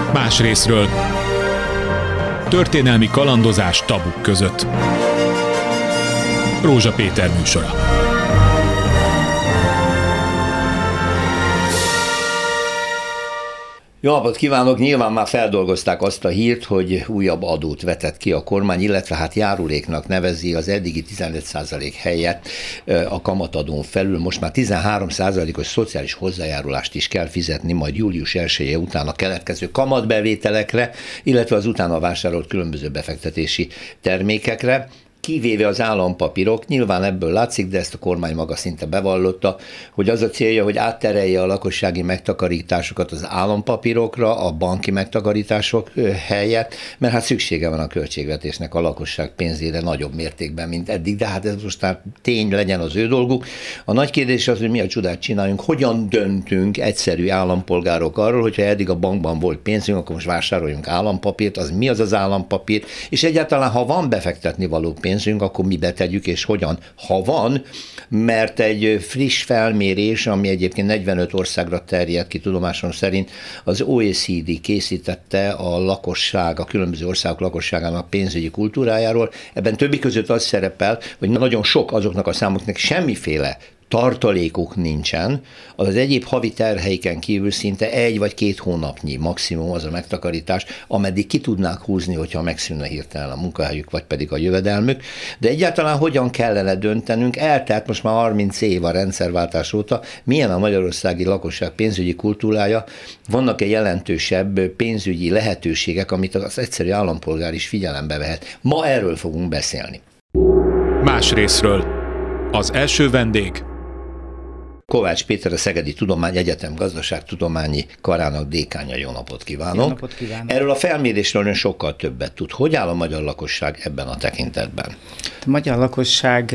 Más részről. Történelmi kalandozás tabuk között. Rózsa Péter műsora. Jó napot kívánok! Nyilván már feldolgozták azt a hírt, hogy újabb adót vetett ki a kormány, illetve hát járuléknak nevezi az eddigi 15% helyett a kamatadón felül. Most már 13%-os szociális hozzájárulást is kell fizetni majd július 1-e után a keletkező kamatbevételekre, illetve az utána vásárolt különböző befektetési termékekre, kivéve az állampapírok. Nyilván ebből látszik, de ezt a kormány maga szinte bevallotta, hogy az a célja, hogy átterelje a lakossági megtakarításokat az állampapírokra, a banki megtakarítások helyett, mert hát szüksége van a költségvetésnek a lakosság pénzére nagyobb mértékben, mint eddig, de hát ez most már tény, legyen az ő dolguk. A nagy kérdés az, hogy mi a csodát csináljunk, hogyan döntünk egyszerű állampolgárok arról, hogyha eddig a bankban volt pénzünk, akkor most vásároljunk állampapírt, az mi az országpapír, és egyáltalán, ha van befektetni való pénzünk, akkor mibe tegyük és hogyan, ha van, mert egy friss felmérés, ami egyébként 45 országra terjed ki tudomásom szerint, az OECD készítette a lakosság, a különböző országok lakosságának pénzügyi kultúrájáról. Ebben többi között az szerepel, hogy nagyon sok azoknak a számoknak semmiféle tartalékuk nincsen, az egyéb havi terheiken kívül szinte 1 vagy 2 hónapnyi maximum az a megtakarítás, ameddig ki tudnák húzni, hogyha megszűnne hirtelen a munkahelyük, vagy pedig a jövedelmük. De egyáltalán hogyan kellene döntenünk? Eltelt most már 30 év a rendszerváltás óta, milyen a magyarországi lakosság pénzügyi kultúrája, vannak-e jelentősebb pénzügyi lehetőségek, amit az egyszerű állampolgár is figyelembe vehet. Ma erről fogunk beszélni. Más részről. Az első vendég Kovács Péter, a Szegedi Tudományegyetem Gazdaságtudományi Karának dékánja. Jó napot kívánok! Jó napot kívánok! Erről a felmérésről ön sokkal többet tud. Hogy áll a magyar lakosság ebben a tekintetben? A magyar lakosság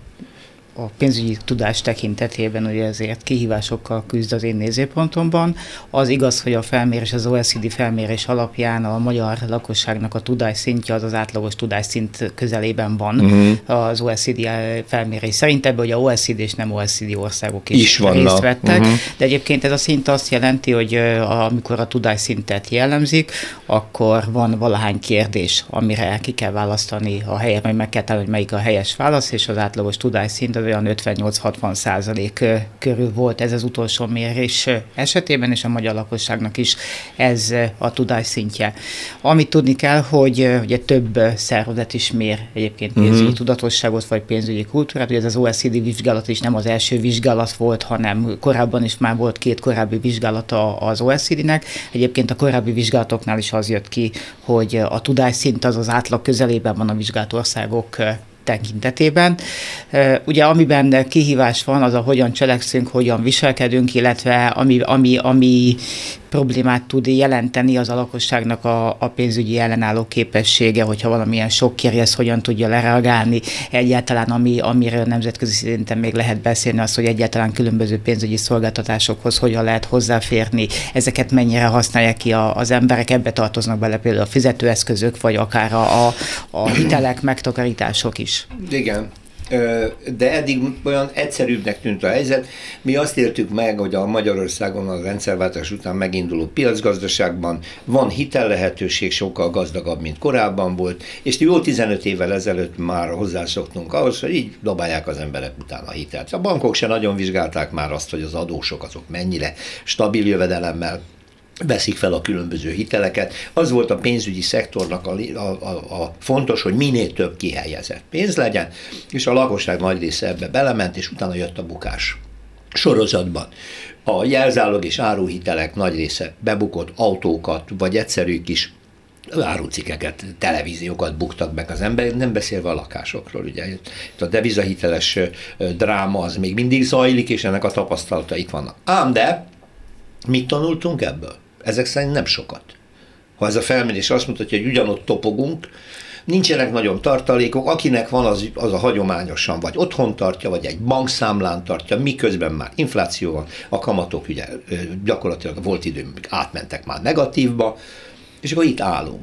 a pénzügyi tudás tekintetében ugye ezért kihívásokkal küzd az én nézőpontomban. Az igaz, hogy a felmérés, az OECD felmérés alapján a magyar lakosságnak a tudásszintje az átlagos tudásszint közelében van az OECD felmérés szerint, ebből, hogy a OECD és nem OECD országok is részt vettek. De egyébként ez a szint azt jelenti, hogy amikor a tudásszintet jellemzik, akkor van valahány kérdés, amire ki kell választani a helyet, vagy meg kell találni, hogy melyik a helyes válasz, és az átlagos tudásszint az olyan 58-60% körül volt ez az utolsó mérés esetében, és a magyar lakosságnak is ez a tudásszintje. Amit tudni kell, hogy ugye több szervezet is mér egyébként pénzügyi tudatosságot, vagy pénzügyi kultúrát. Ugye ez az OECD vizsgálat is nem az első vizsgálat volt, hanem korábban is már volt 2 korábbi vizsgálata az OECD-nek. Egyébként a korábbi vizsgálatoknál is az jött ki, hogy a tudásszint az átlag közelében van a vizsgált országok tekintetében. Ugye amiben kihívás van, az a hogyan cselekszünk, hogyan viselkedünk, illetve ami problémát tud jelenteni az a lakosságnak a pénzügyi ellenálló képessége, hogyha valamilyen sok kérjez, hogyan tudja lereagálni. Egyáltalán amiről nemzetközi szinten még lehet beszélni, az, hogy egyáltalán különböző pénzügyi szolgáltatásokhoz hogyan lehet hozzáférni, ezeket mennyire használják ki az emberek, ebbe tartoznak bele például a fizetőeszközök, vagy akár a hitelek, megtakarítások is. Igen. De eddig olyan egyszerűbbnek tűnt a helyzet. Mi azt éltük meg, hogy a Magyarországon a rendszerváltás után meginduló piacgazdaságban van hitellehetőség, sokkal gazdagabb, mint korábban volt, és jó 15 évvel ezelőtt már hozzászoktunk ahhoz, hogy így dobálják az emberek utána a hitelt. A bankok se nagyon vizsgálták már azt, hogy az adósok azok mennyire stabil jövedelemmel veszik fel a különböző hiteleket. Az volt a pénzügyi szektornak a fontos, hogy minél több kihelyezett pénz legyen, és a lakosság nagy része ebbe belement, és utána jött a bukás sorozatban. A jelzálog és áruhitelek nagy része bebukott, autókat, vagy egyszerű kis árucikkeket, televíziókat buktak meg az emberek, nem beszélve a lakásokról. Ugye itt a devizahiteles dráma az még mindig zajlik, és ennek a tapasztalatait vannak. Ám de mit tanultunk ebből? Ezek szerint nem sokat. Ha ez a felmérés azt mutatja, hogy ugyanott topogunk, nincsenek nagyon tartalékok, akinek van, az a hagyományosan vagy otthon tartja, vagy egy bankszámlán tartja, miközben már infláció van, a kamatok ugye gyakorlatilag volt idő, átmentek már negatívba, és akkor itt állunk.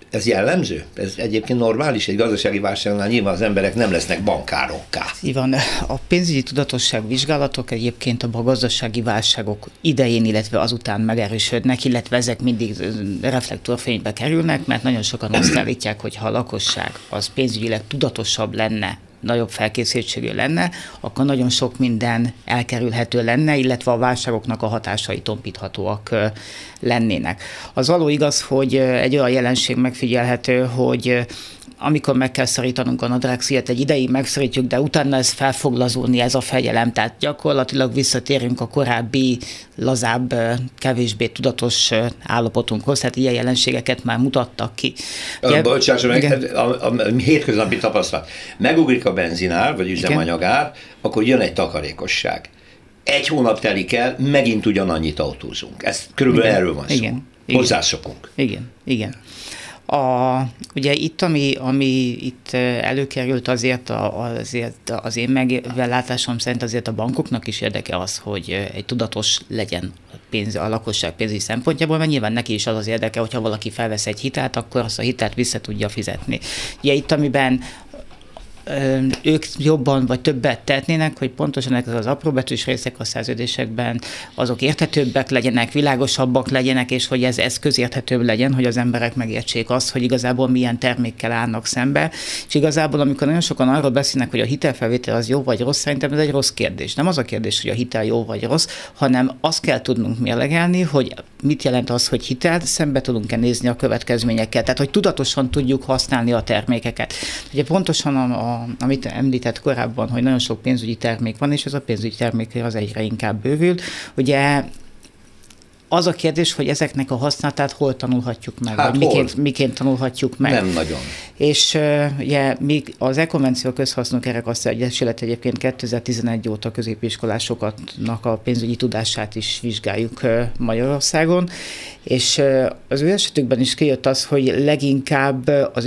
Ez jellemző? Ez egyébként normális? Egy gazdasági válságnál nyilván az emberek nem lesznek bankárokká. Így van. A pénzügyi tudatosság vizsgálatok egyébként a gazdasági válságok idején, illetve azután megerősödnek, illetve ezek mindig reflektorfénybe kerülnek, mert nagyon sokan azt állítják, hogy ha a lakosság az pénzügyileg tudatosabb lenne, nagyobb felkészültségű lenne, akkor nagyon sok minden elkerülhető lenne, illetve a válságoknak a hatásai tompíthatóak lennének. Az való igaz, hogy egy olyan jelenség megfigyelhető, hogy amikor meg kell szorítanunk a nadrágszíjat, egy ideig megszorítjuk, de utána ez fel fog lazulni, ez a fegyelem. Tehát gyakorlatilag visszatérünk a korábbi, lazább, kevésbé tudatos állapotunkhoz, tehát ilyen jelenségeket már mutattak ki. Bocsáss meg, a hétköznapi tapasztalat. Megugrik a benzinár, vagy üzemanyagár, akkor jön egy takarékosság. Egy hónap telik el, megint ugyanannyit autózunk. Ez körülbelül erről van szó. Hozzászokunk. Igen. Ugye itt, ami itt előkerült azért az én meglátásom szerint azért a bankoknak is érdeke az, hogy egy tudatos legyen a lakosság pénzügyi szempontjából, mert nyilván neki is az érdeke, hogyha valaki felvesz egy hitelt, akkor azt a hitelt vissza tudja fizetni. Ugye itt, amiben ők jobban vagy többet tehetnének, hogy pontosan ezek az apróbetűs részek a szerződésekben azok érthetőbbek legyenek, világosabbak legyenek, és hogy ez közérthetőbb legyen, hogy az emberek megértsék azt, hogy igazából milyen termékkel állnak szembe. És igazából, amikor nagyon sokan arról beszélnek, hogy a hitelfelvétel az jó vagy rossz, szerintem ez egy rossz kérdés. Nem az a kérdés, hogy a hitel jó vagy rossz, hanem azt kell tudnunk mérlegelni, hogy mit jelent az, hogy hitel, szembe tudunk-e nézni a következményekkel. Tehát, hogy tudatosan tudjuk használni a termékeket. Ugye pontosan amit említett korábban, hogy nagyon sok pénzügyi termék van, és ez a pénzügyi termék az egyre inkább bővül. Ugye az a kérdés, hogy ezeknek a használatát hol tanulhatjuk meg, vagy miként tanulhatjuk meg. Nem nagyon. És ugye még az E-konvenció Közhasznú Kerekasztal Egyesület egyébként 2011 óta középiskolásoknak a pénzügyi tudását is vizsgáljuk Magyarországon, és az ő esetükben is kijött az, hogy leginkább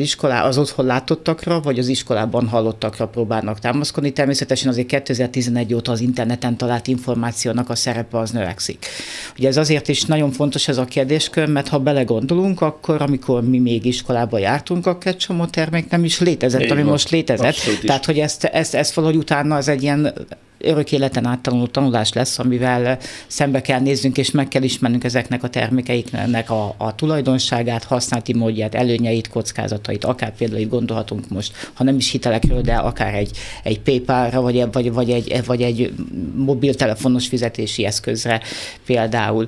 az otthon látottakra, vagy az iskolában hallottakra próbálnak támaszkodni. Természetesen azért 2011 óta az interneten talált információnak a szerepe az növekszik. Ugye ez azért is nagyon fontos ez a kérdéskör, mert ha belegondolunk, akkor amikor mi még iskolába jártunk, akkor egy csomó termék nem is létezett, ami most létezett. Tehát, hogy ezt valahogy utána az egy ilyen örök életen áttanuló tanulás lesz, amivel szembe kell néznünk, és meg kell ismernünk ezeknek a termékeiknek a tulajdonságát, használati módját, előnyeit, kockázatait, akár például itt gondolhatunk most, ha nem is hitelekről, de akár egy PayPal-ra, vagy egy mobiltelefonos fizetési eszközre például.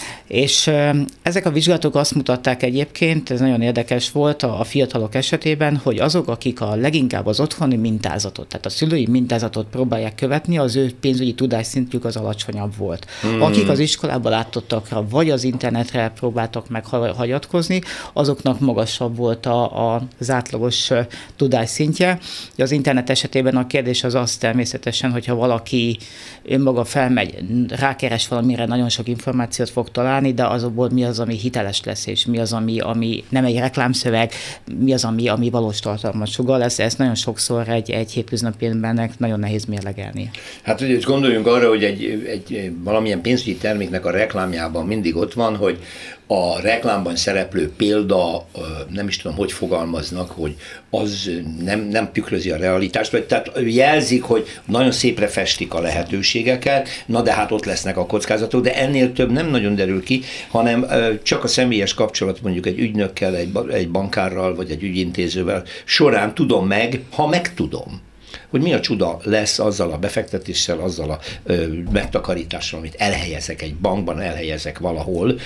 És ezek a vizsgálatok azt mutatták egyébként, ez nagyon érdekes volt a fiatalok esetében, hogy azok, akik a leginkább az otthoni mintázatot, tehát a szülői mintázatot próbálják követni, az ő pénzügyi tudásszintjük az alacsonyabb volt. Akik az iskolában látottakra, vagy az internetre próbáltak meg hagyatkozni, azoknak magasabb volt az átlagos tudásszintje. Az internet esetében a kérdés az természetesen, hogyha valaki önmaga felmegy, rákeres valamire, nagyon sok információt fog találni, de azokból mi az, ami hiteles lesz, és mi az, ami nem egy reklámszöveg, mi az, ami valós tartalmat sugall. Ezt nagyon sokszor egy hétköznapi embernek nagyon nehéz mérlegelni. Hát ugye gondoljunk arra, hogy egy valamilyen pénzügyi terméknek a reklámjában mindig ott van, hogy a reklámban szereplő példa, nem is tudom, hogy fogalmaznak, hogy az nem tükrözi a realitást, tehát jelzik, hogy nagyon szépre festik a lehetőségeket, na de hát ott lesznek a kockázatok, de ennél több nem nagyon derül ki, hanem csak a személyes kapcsolat mondjuk egy ügynökkel, egy bankárral, vagy egy ügyintézővel során tudom meg, ha megtudom, hogy mi a csuda lesz azzal a befektetéssel, azzal a megtakarítással, amit elhelyezek egy bankban, elhelyezek valahol,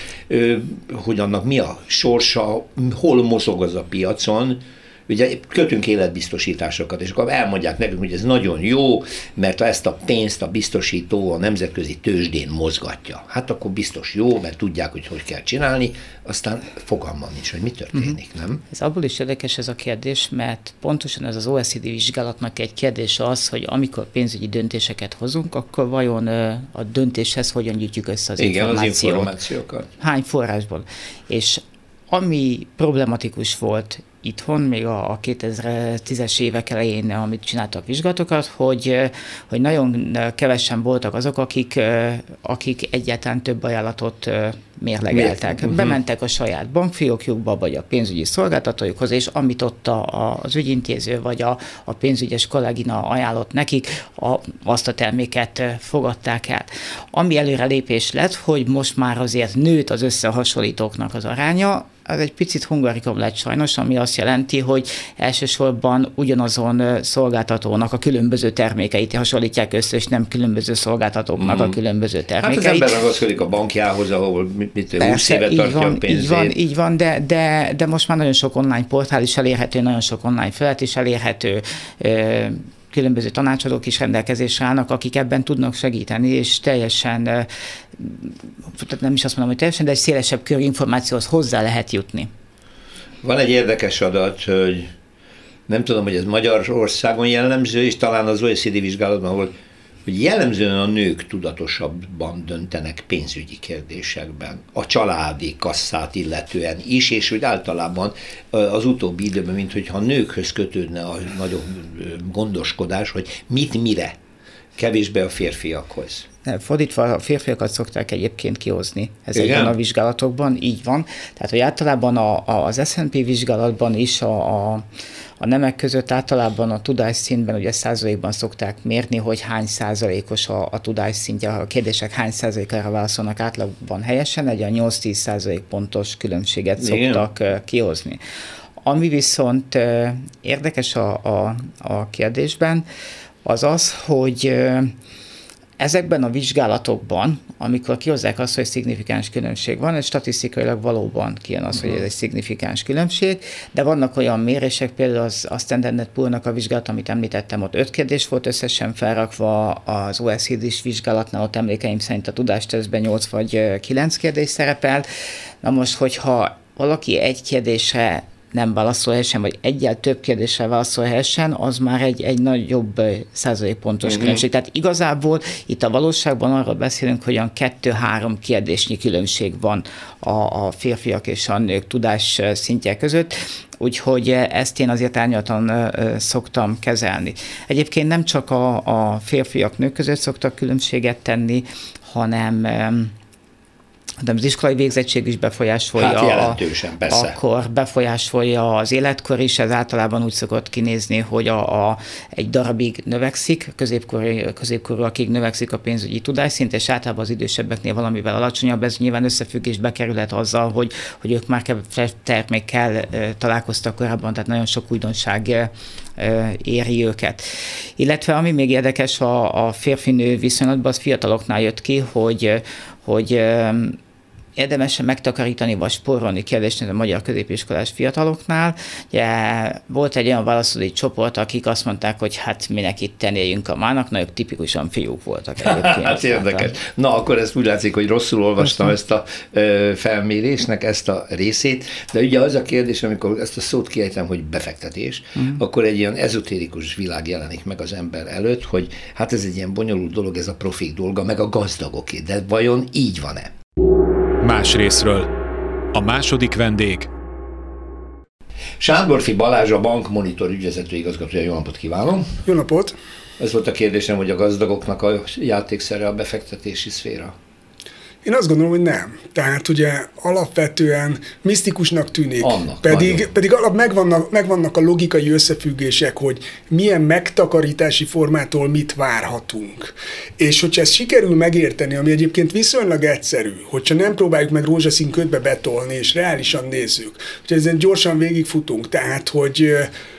hogy annak mi a sorsa, hol mozog az a piacon. Ugye kötünk életbiztosításokat, és akkor elmondják nekünk, hogy ez nagyon jó, mert ezt a pénzt a biztosító a nemzetközi tőzsdén mozgatja. Hát akkor biztos jó, mert tudják, hogy kell csinálni, aztán fogalmam nincs, hogy mi történik, nem? Ez abból is érdekes ez a kérdés, mert pontosan ez az OECD vizsgálatnak egy kérdés az, hogy amikor pénzügyi döntéseket hozunk, akkor vajon a döntéshez hogyan gyűjtjük össze az információt? Az információkat. Hány forrásból? És ami problematikus volt itthon, még a 2010-es évek elején, amit csináltak vizsgálatokat, hogy nagyon kevesen voltak azok, akik egyáltalán több ajánlatot mérlegeltek. Bementek a saját bankfiókjukba, vagy a pénzügyi szolgáltatójukhoz, és amit ott az ügyintéző, vagy a pénzügyes kollégina ajánlott nekik, azt a terméket fogadták el. Ami előrelépés lett, hogy most már azért nőtt az összehasonlítóknak az aránya, az egy picit hungarikum lett sajnos, ami azt jelenti, hogy elsősorban ugyanazon szolgáltatónak a különböző termékeit hasonlítják össze, és nem különböző szolgáltatóknak a különböző termékeit. Hát az ember ragaszkodik a bankjához, ahol 20 éve tartja a pénzét. Így van, de most már nagyon sok online portál is elérhető, nagyon sok online felület is elérhető, különböző tanácsadók is rendelkezésre állnak, akik ebben tudnak segíteni, és teljesen, nem is azt mondom, hogy teljesen, de egy szélesebb körű információhoz hozzá lehet jutni. Van egy érdekes adat, hogy nem tudom, hogy ez Magyarországon jellemző, és talán az OECD vizsgálatban volt, hogy jellemzően a nők tudatosabban döntenek pénzügyi kérdésekben, a családi kasszát illetően is, és hogy általában az utóbbi időben, minthogyha a nőkhöz kötődne a nagyobb gondoskodás, hogy mit mire, kevésbé a férfiakhoz. Fordítva, a férfiakat szokták egyébként kihozni ezekben a vizsgálatokban, így van. Tehát, hogy általában az S&P vizsgálatban is a nemek között általában a tudásszintben ugye százalékban szokták mérni, hogy hány százalékos a tudásszintje, a kérdések hány százalékára válaszolnak átlagban helyesen, egy a 8-10% pontos különbséget szoktak kihozni. Ami viszont érdekes a kérdésben, az az, hogy ezekben a vizsgálatokban, amikor kihozzák azt, hogy szignifikáns különbség van, ez statisztikailag valóban kijön az, hogy ez egy szignifikáns különbség, de vannak olyan mérések, például a Standard & Poor's-nak a vizsgálat, amit említettem, ott 5 kérdés volt összesen felrakva, az OECD-s vizsgálatnál ott emlékeim szerint a tudástesztben 8 vagy 9 kérdés szerepel. Na most, hogyha valaki egy kérdésre nem válaszolhessen, vagy egyel több kérdésre válaszolhessen, az már egy nagyobb százalékpontos különbség. Tehát igazából itt a valóságban arról beszélünk, hogy olyan 2-3 kérdésnyi különbség van a férfiak és a nők tudás szintje között, úgyhogy ezt én azért árnyaltan szoktam kezelni. Egyébként nem csak a férfiak nők között szoktak különbséget tenni, hanem az iskolai végzettség is befolyásolja. Hát jelentősen, persze. Akkor befolyásolja az életkor is, ez általában úgy szokott kinézni, hogy egy darabig növekszik, középkorúakig növekszik a pénzügyi tudásszint, és általában az idősebbeknél valamivel alacsonyabb, ez nyilván összefüggésbe kerülhet azzal, hogy ők már kevesebb termékkel találkoztak korábban, tehát nagyon sok újdonság éri őket. Illetve ami még érdekes a férfi-nő viszonylatban, az fiataloknál jött ki, hogy érdemes megtakarítani vagy spórolni kérdésnél a magyar középiskolás fiataloknál. Ugye, volt egy olyan válaszolói csoport, akik azt mondták, hogy hát minek itt éljünk a mának, na ők tipikusan fiúk voltak egyébként. Hát érdekes. Na akkor ezt úgy látszik, hogy rosszul olvastam ezt a felmérésnek, ezt a részét, de ugye az a kérdés, amikor ezt a szót kiejtem, hogy befektetés, akkor egy ilyen ezotérikus világ jelenik meg az ember előtt, hogy hát ez egy ilyen bonyolult dolog, ez a profik dolga, meg a gazdagoké, de vajon így van-e? Más részről. A második vendég. Sándorfi Balázs, a Bankmonitor ügyvezető igazgatója. Jó napot kívánom! Jó napot! Ez volt a kérdésem, hogy a gazdagoknak a játékszere a befektetési szféra. Én azt gondolom, hogy nem. Tehát ugye alapvetően misztikusnak tűnik, pedig megvannak a logikai összefüggések, hogy milyen megtakarítási formától mit várhatunk. És hogyha ezt sikerül megérteni, ami egyébként viszonylag egyszerű, hogyha nem próbáljuk meg rózsaszín ködbe betolni, és reálisan nézzük, hogy ezen gyorsan végigfutunk, tehát hogy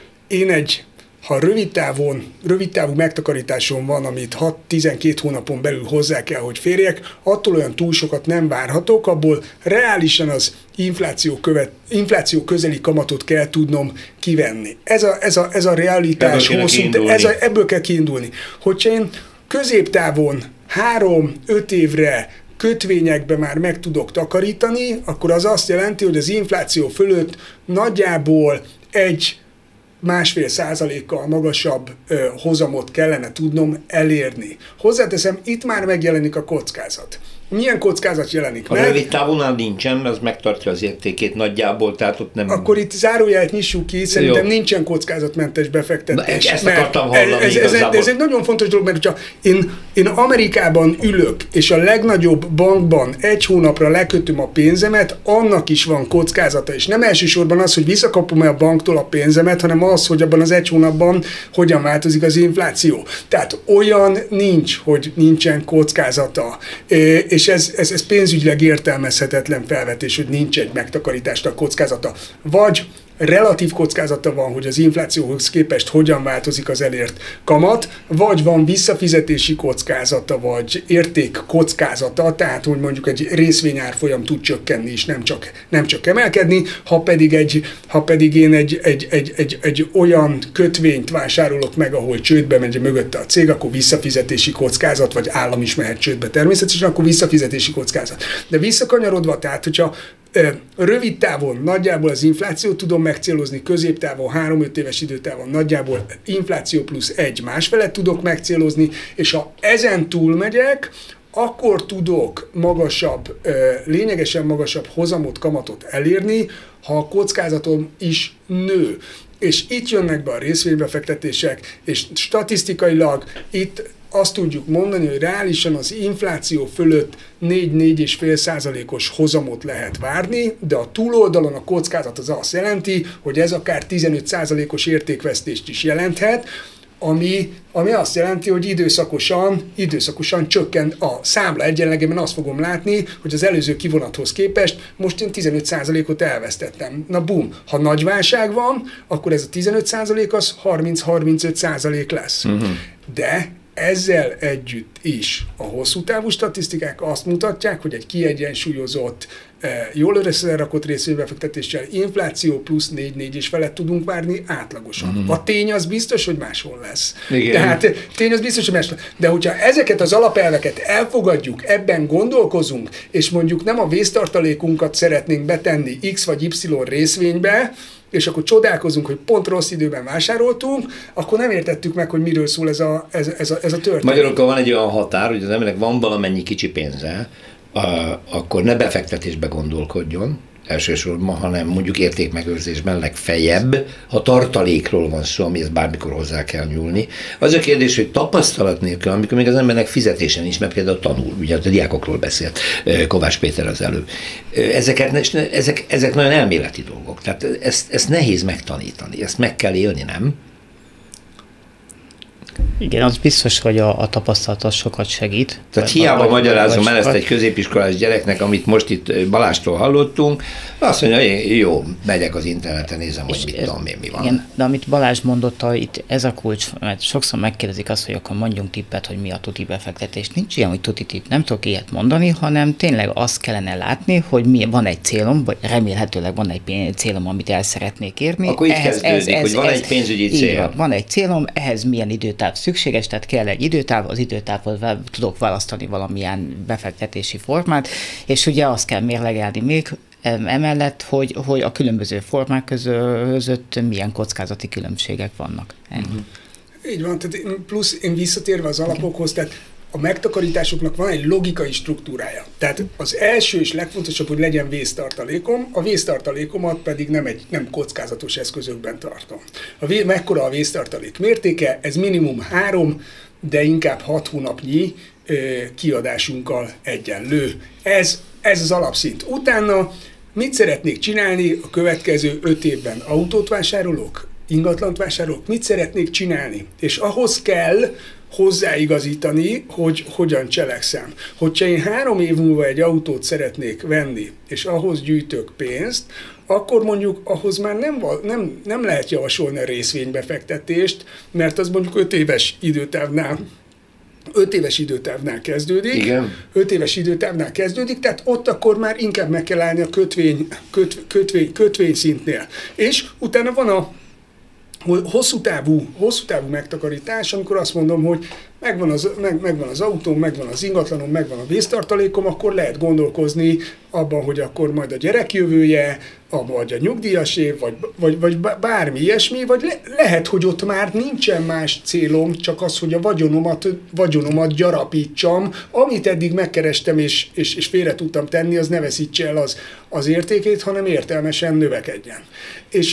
ha rövid távú megtakarításom van, amit 6-12 hónapon belül hozzá kell, hogy férjek, attól olyan túl sokat nem várhatok, abból reálisan az infláció közeli kamatot kell tudnom kivenni. Ez a realitás, ebből kell kiindulni. Hogyha én középtávon 3-5 évre kötvényekbe már meg tudok takarítani, akkor az azt jelenti, hogy az infláció fölött nagyjából 1,5% magasabb hozamot kellene tudnom elérni. Hozzáteszem, itt már megjelenik a kockázat. milyen kockázat jelenik meg. A rövid távonál nincsen, az megtartja az értékét nagyjából, tehát ott nem... Akkor itt zárójelet nyissuk ki, szerintem nincsen kockázatmentes befektetés. Ezt akartam hallani ez egy nagyon fontos dolog, mert hogyha én Amerikában ülök, és a legnagyobb bankban egy hónapra lekötöm a pénzemet, annak is van kockázata, és nem elsősorban az, hogy visszakapom-e a banktól a pénzemet, hanem az, hogy abban az egy hónapban hogyan változik az infláció. Tehát olyan nincs, hogy nincsen kockázata. És ez pénzügyileg értelmezhetetlen felvetés, hogy nincs egy megtakarításnak kockázata. Vagy relatív kockázata van, hogy az inflációhoz képest hogyan változik az elért kamat, vagy van visszafizetési kockázata, vagy érték kockázata, tehát hogy mondjuk egy részvényárfolyam tud csökkenni és nem csak emelkedni, ha pedig én egy olyan kötvényt vásárolok meg, ahol csődbe megy mögötte a cég, akkor visszafizetési kockázat, vagy állam is mehet csődbe természetesen, akkor visszafizetési kockázat. De visszakanyarodva, tehát hogyha rövid távon nagyjából az inflációt tudom megcélozni, középtávon, 3-5 éves időtávon nagyjából infláció plusz 1 másfelet tudok megcélozni, és ha ezen túlmegyek, akkor tudok lényegesen magasabb hozamot, kamatot elérni, ha a kockázatom is nő. És itt jönnek be a részvénybefektetések, és statisztikailag itt azt tudjuk mondani, hogy reálisan az infláció fölött 4-4,5%-os hozamot lehet várni, de a túloldalon a kockázat az azt jelenti, hogy ez akár 15%-os értékvesztést is jelenthet, ami azt jelenti, hogy időszakosan csökken a számla egyenlegében, azt fogom látni, hogy az előző kivonathoz képest most én 15%-ot elvesztettem. Na bum, ha nagy válság van, akkor ez a 15% az 30-35% lesz. De ezzel együtt is a hosszú távú statisztikák azt mutatják, hogy egy kiegyensúlyozott, jól összerakott részvénybefektetéssel infláció plusz 4 és felett tudunk várni átlagosan. A tény az biztos, hogy máshol lesz. Igen. Tehát tény az biztos, hogy máshol lesz. De hogyha ezeket az alapelveket elfogadjuk, ebben gondolkozunk, és mondjuk nem a vésztartalékunkat szeretnénk betenni X vagy Y részvénybe, és akkor csodálkozunk, hogy pont rossz időben vásároltunk, akkor nem értettük meg, hogy miről szól ez a történet. Magyarul van egy olyan határ, hogy az embernek van valamennyi kicsi pénze, akkor ne befektetésbe gondolkodjon elsősorban, hanem mondjuk értékmegőrzésben legfeljebb, ha tartalékról van szó, amihez bármikor hozzá kell nyúlni. Az a kérdés, hogy tapasztalat nélkül, amikor még az embernek fizetésen is, mert például tanul, ugye a diákokról beszélt Kovács Péter az előbb. Ezek nagyon elméleti dolgok, tehát ezt nehéz megtanítani, ezt meg kell élni, nem? Igen, az biztos, hogy a tapasztalat az sokat segít. Tehát hiába magyarázom el ezt egy középiskolás gyereknek, amit most itt Balástól hallottunk, azt mondja, jó, megyek az interneten, nézem, hogy mit tudom én, mi van. Igen, de amit Balázs mondotta, itt ez a kulcs, mert sokszor megkérdezik azt, hogy akkor mondjunk tippet, hogy mi a tuti befektetés. Nincs ilyen, hogy tuti tipp, nem tudok ilyet mondani, hanem tényleg azt kellene látni, hogy van egy célom, vagy remélhetőleg van egy célom, amit el szeretnék érni. Akkor így kezdődik, hogy van egy pénzügyi cél. Van egy célom, ehhez milyen időtáv szükséges, tehát kell egy időtáv, az időtávhoz tudok választani valamilyen befektetési formát, és ugye azt kell mérlegelni még emellett, hogy a különböző formák között milyen kockázati különbségek vannak. Így van, tehát plusz én visszatérve az alapokhoz, tehát a megtakarításoknak van egy logikai struktúrája. Tehát az első és legfontosabb, hogy legyen vésztartalékom, a vésztartalékomat pedig nem kockázatos eszközökben tartom. Mekkora a vésztartalék mértéke? Ez minimum 3, de inkább 6 hónapnyi kiadásunkkal egyenlő. Ez az alapszint. Utána mit szeretnék csinálni a következő 5 évben? Autót vásárolok? Ingatlant vásárolok? Mit szeretnék csinálni? És ahhoz kell hozzáigazítani, hogy hogyan cselekszem. Hogyha én 3 év múlva egy autót szeretnék venni, és ahhoz gyűjtök pénzt, akkor mondjuk ahhoz már nem lehet javasolni a részvénybefektetést, mert az mondjuk 5 éves időtávnál kezdődik. Igen. 5 éves időtávnál kezdődik, tehát ott akkor már inkább meg kell állni a kötvény szintnél. És utána van hosszú távú megtakarítás, amikor azt mondom, hogy megvan az autóm, megvan az ingatlanom, megvan a víztartalékom, akkor lehet gondolkozni abban, hogy akkor majd a gyerek jövője, vagy a nyugdíjas év, vagy bármi ilyesmi, vagy lehet, hogy ott már nincsen más célom, csak az, hogy a vagyonomat gyarapítsam, amit eddig megkerestem és félre tudtam tenni, az ne veszítse el az értékét, hanem értelmesen növekedjen. És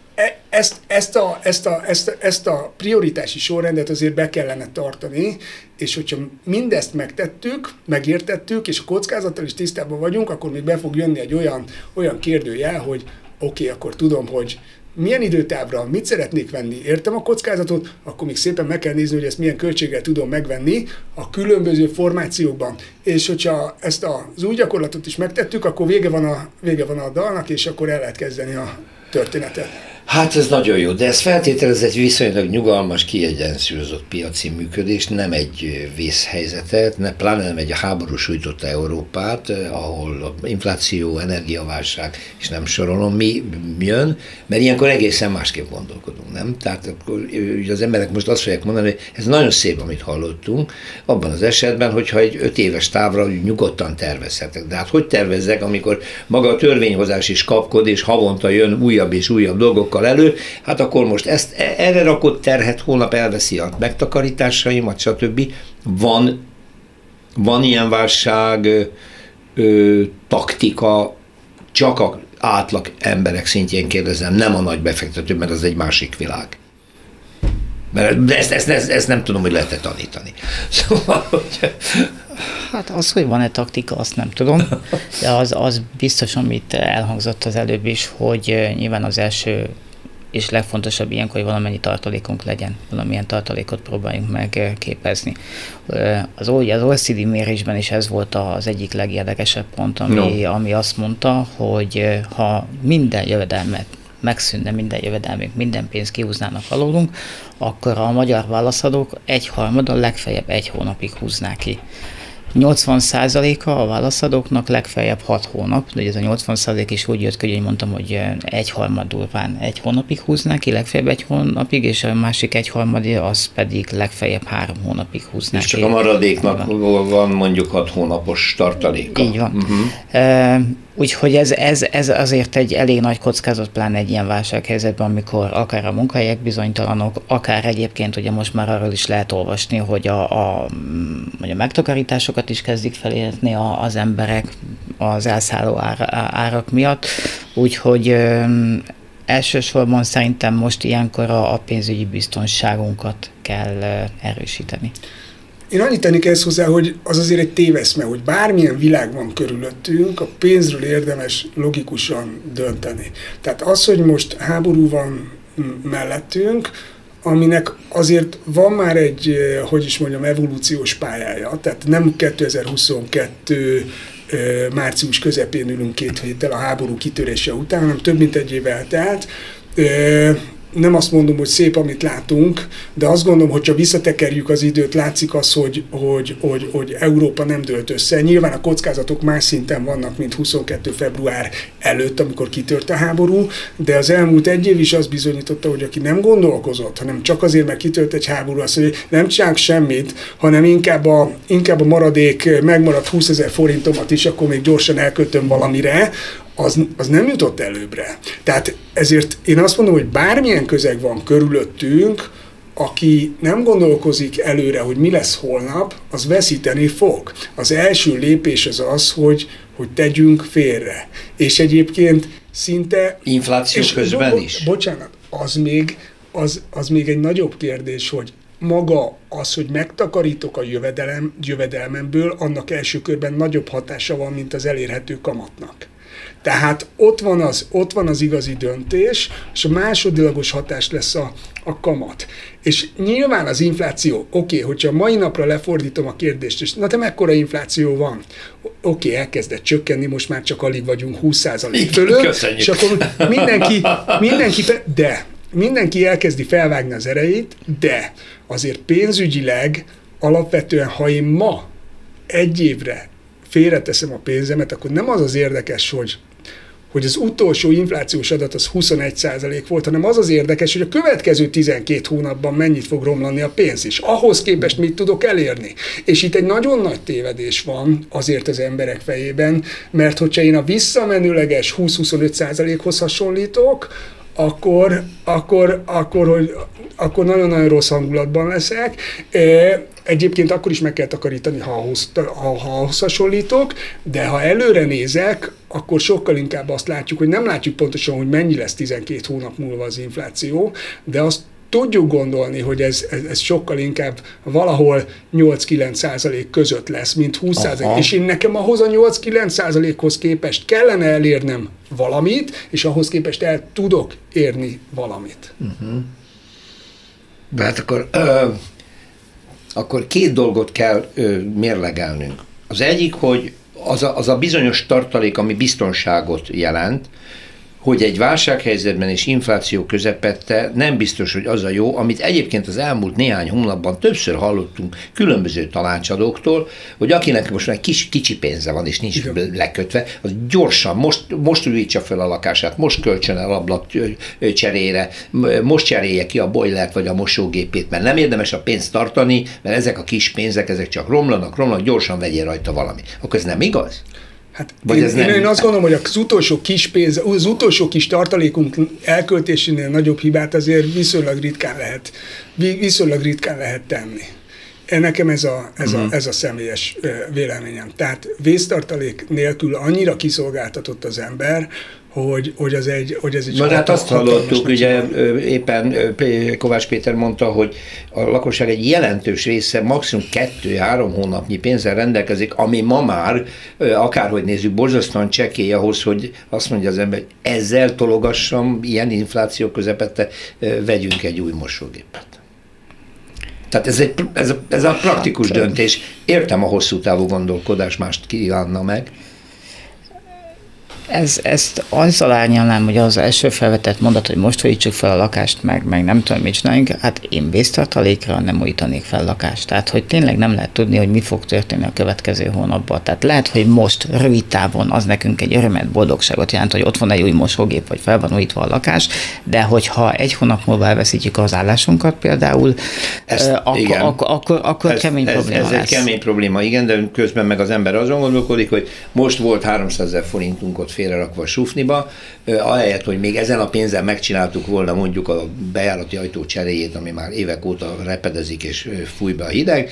ezt a prioritási sorrendet azért be kellene tartani, és hogyha mindezt megértettük, és a kockázattal is tisztában vagyunk, akkor még be fog jönni egy olyan kérdőjel, hogy oké, akkor tudom, hogy milyen időtávra mit szeretnék venni, értem a kockázatot, akkor még szépen meg kell nézni, hogy ezt milyen költséggel tudom megvenni a különböző formációkban. És hogyha ezt az új gyakorlatot is megtettük, akkor vége van a dalnak, és akkor el lehet kezdeni a történetet. Hát ez nagyon jó, de ez feltételez egy viszonylag nyugalmas, kiegyensúlyozott piaci működést, nem egy vészhelyzetet, pláne nem egy háború sújtotta Európát, ahol a infláció, energiaválság, és nem sorolom, mi jön, mert ilyenkor egészen másképp gondolkodunk, nem? Tehát akkor az emberek most azt fogják mondani, hogy ez nagyon szép, amit hallottunk, abban az esetben, hogyha egy 5 éves távra nyugodtan tervezhetek. De hát hogy tervezzek, amikor maga a törvényhozás is kapkod, és havonta jön újabb és újabb dolgokkal elő, hát akkor most erre rakott terhet, holnap elveszi a megtakarításaimat, stb. Van ilyen válság taktika, csak az átlag emberek szintjén kérdezem, nem a nagy befektető, mert az egy másik világ. Mert ezt nem tudom, hogy lehet-e tanítani. Szóval, hogy... Hát az, hogy van-e taktika, azt nem tudom, de az biztos, amit elhangzott az előbb is, hogy nyilván az első és legfontosabb ilyenkor, hogy valamennyi tartalékunk legyen, valamilyen tartalékot próbáljunk megképezni. Az OECD mérésben is ez volt az egyik legérdekesebb pont, ami azt mondta, hogy ha minden jövedelmet megszűnne, minden jövedelmünk, minden pénzt kihúznának alólunk, akkor a magyar válaszadók 1/3, legfeljebb 1 hónapig húznák ki. 80%-a a válaszadóknak legfeljebb 6 hónap, de ez a 80% is úgy jött ki, hogy mondtam, hogy 1/3 durván 1 hónapig húznák ki, legfeljebb 1 hónapig, és a másik 1/3 az pedig legfeljebb 3 hónapig húznák ki. És csak a maradéknak van mondjuk 6 hónapos tartaléka. Így van. Uh-huh. Úgyhogy ez azért egy elég nagy kockázat, pláne egy ilyen válsághelyzetben, amikor akár a munkahelyek bizonytalanok, akár egyébként ugye most már arról is lehet olvasni, hogy a megtakarításokat is kezdik felérni az emberek az elszálló árak miatt. Úgyhogy elsősorban szerintem most ilyenkor a pénzügyi biztonságunkat kell erősíteni. Én annyit tennék ehhez hozzá, hogy az azért egy téveszme, hogy bármilyen világ van körülöttünk, a pénzről érdemes logikusan dönteni. Tehát az, hogy most háború van mellettünk, aminek azért van már egy, evolúciós pályája. Tehát nem 2022 március közepén ülünk 2 héttel a háború kitörése után, hanem több mint 1 év eltelt. Nem azt mondom, hogy szép, amit látunk, de azt gondolom, hogy ha visszatekerjük az időt, látszik az, hogy Európa nem dőlt össze. Nyilván a kockázatok más szinten vannak, mint 22. február előtt, amikor kitört a háború, de az elmúlt 1 év is azt bizonyította, hogy aki nem gondolkozott, hanem csak azért, mert kitört egy háború, azt mondja, hogy nem csinálunk semmit, hanem inkább a maradék, megmaradt 20 000 forintomat is, akkor még gyorsan elköltöm valamire, az nem jutott előbbre. Tehát ezért én azt mondom, hogy bármilyen közeg van körülöttünk, aki nem gondolkozik előre, hogy mi lesz holnap, az veszíteni fog. Az első lépés az, hogy tegyünk félre. És egyébként szinte... Infláció közben is? Bocsánat, az még egy nagyobb kérdés, hogy maga az, hogy megtakarítok a jövedelmemből, annak első körben nagyobb hatása van, mint az elérhető kamatnak. Tehát ott van az igazi döntés, és a másodlagos hatás lesz a kamat. És nyilván az infláció, hogyha mai napra lefordítom a kérdést, és na te mekkora infláció van? Elkezdett csökkenni, most már csak alig vagyunk 20% fölött, köszönjük. És akkor mindenki elkezdi felvágni az erejét, de azért pénzügyileg alapvetően, ha én ma 1 évre félreteszem a pénzemet, akkor nem az érdekes, hogy hogy az utolsó inflációs adat az 21% volt, hanem az az érdekes, hogy a következő 12 hónapban mennyit fog romlani a pénz is. Ahhoz képest mit tudok elérni. És itt egy nagyon nagy tévedés van azért az emberek fejében, mert hogyha én a visszamenőleges 20-25%-hoz hasonlítok, akkor nagyon-nagyon rossz hangulatban leszek. Egyébként akkor is meg kell takarítani, ha ahhoz hasonlítok, de ha előre nézek, akkor sokkal inkább azt látjuk, hogy nem látjuk pontosan, hogy mennyi lesz 12 hónap múlva az infláció, de azt tudjuk gondolni, hogy ez sokkal inkább valahol 8-9% között lesz, mint 20%. És én nekem ahhoz a 8-9%-hoz képest kellene elérnem valamit, és ahhoz képest el tudok érni valamit. De hát akkor két dolgot kell mérlegelnünk. Az egyik, hogy az a bizonyos tartalék, ami biztonságot jelent, hogy egy válsághelyzetben és infláció közepette nem biztos, hogy az a jó, amit egyébként az elmúlt néhány hónapban többször hallottunk különböző tanácsadóktól, hogy akinek most már kicsi pénze van és nincs lekötve, az gyorsan, most újítsa fel a lakását, most kölcsön el ablak cserére, most cserélje ki a bojlert vagy a mosógépét, mert nem érdemes a pénzt tartani, mert ezek a kis pénzek, ezek csak romlanak, gyorsan vegyél rajta valami. Akkor ez nem igaz? Hát én azt gondolom, hogy az utolsó kis tartalékunk elköltésénél nagyobb hibát azért viszonylag ritkán lehet tenni. Nekem ez a személyes véleményem. Tehát vésztartalék nélkül annyira kiszolgáltatott az ember, hogy ez egy Na, hát azt hallottuk, ugye éppen Kovács Péter mondta, hogy a lakosság egy jelentős része maximum 2-3 hónapnyi pénzzel rendelkezik, ami ma már, akárhogy nézzük, borzasztóan csekély ahhoz, hogy azt mondja az ember, hogy ezzel tologassam, ilyen infláció közepette, vegyünk egy új mosógépet. Tehát ez a praktikus döntés. Értem a hosszú távú gondolkodás, mást kívánna meg. Ezt azzal árnyalnám, hogy az első felvetett mondat, hogy most újítsuk fel a lakást, meg nem tudom, mit csináljunk, hát én vésztartalékra nem újítanék fel lakást. Tehát, hogy tényleg nem lehet tudni, hogy mi fog történni a következő hónapban. Tehát lehet, hogy most rövid távon az nekünk egy örömet, boldogságot jelent, hogy ott van egy új mosógép, vagy fel van újítva a lakás, de hogyha egy hónap múlva elveszítjük az állásunkat például, akkor kemény probléma lesz. Ez egy kemény probléma, igen, de közben meg az ember azon gondolkodik, hogy most volt 300 000 forintunk ott félrerakva a sufniba, ahelyett, hogy még ezen a pénzzel megcsináltuk volna mondjuk a bejárati ajtó cseréjét, ami már évek óta repedezik és fúj be a hideg,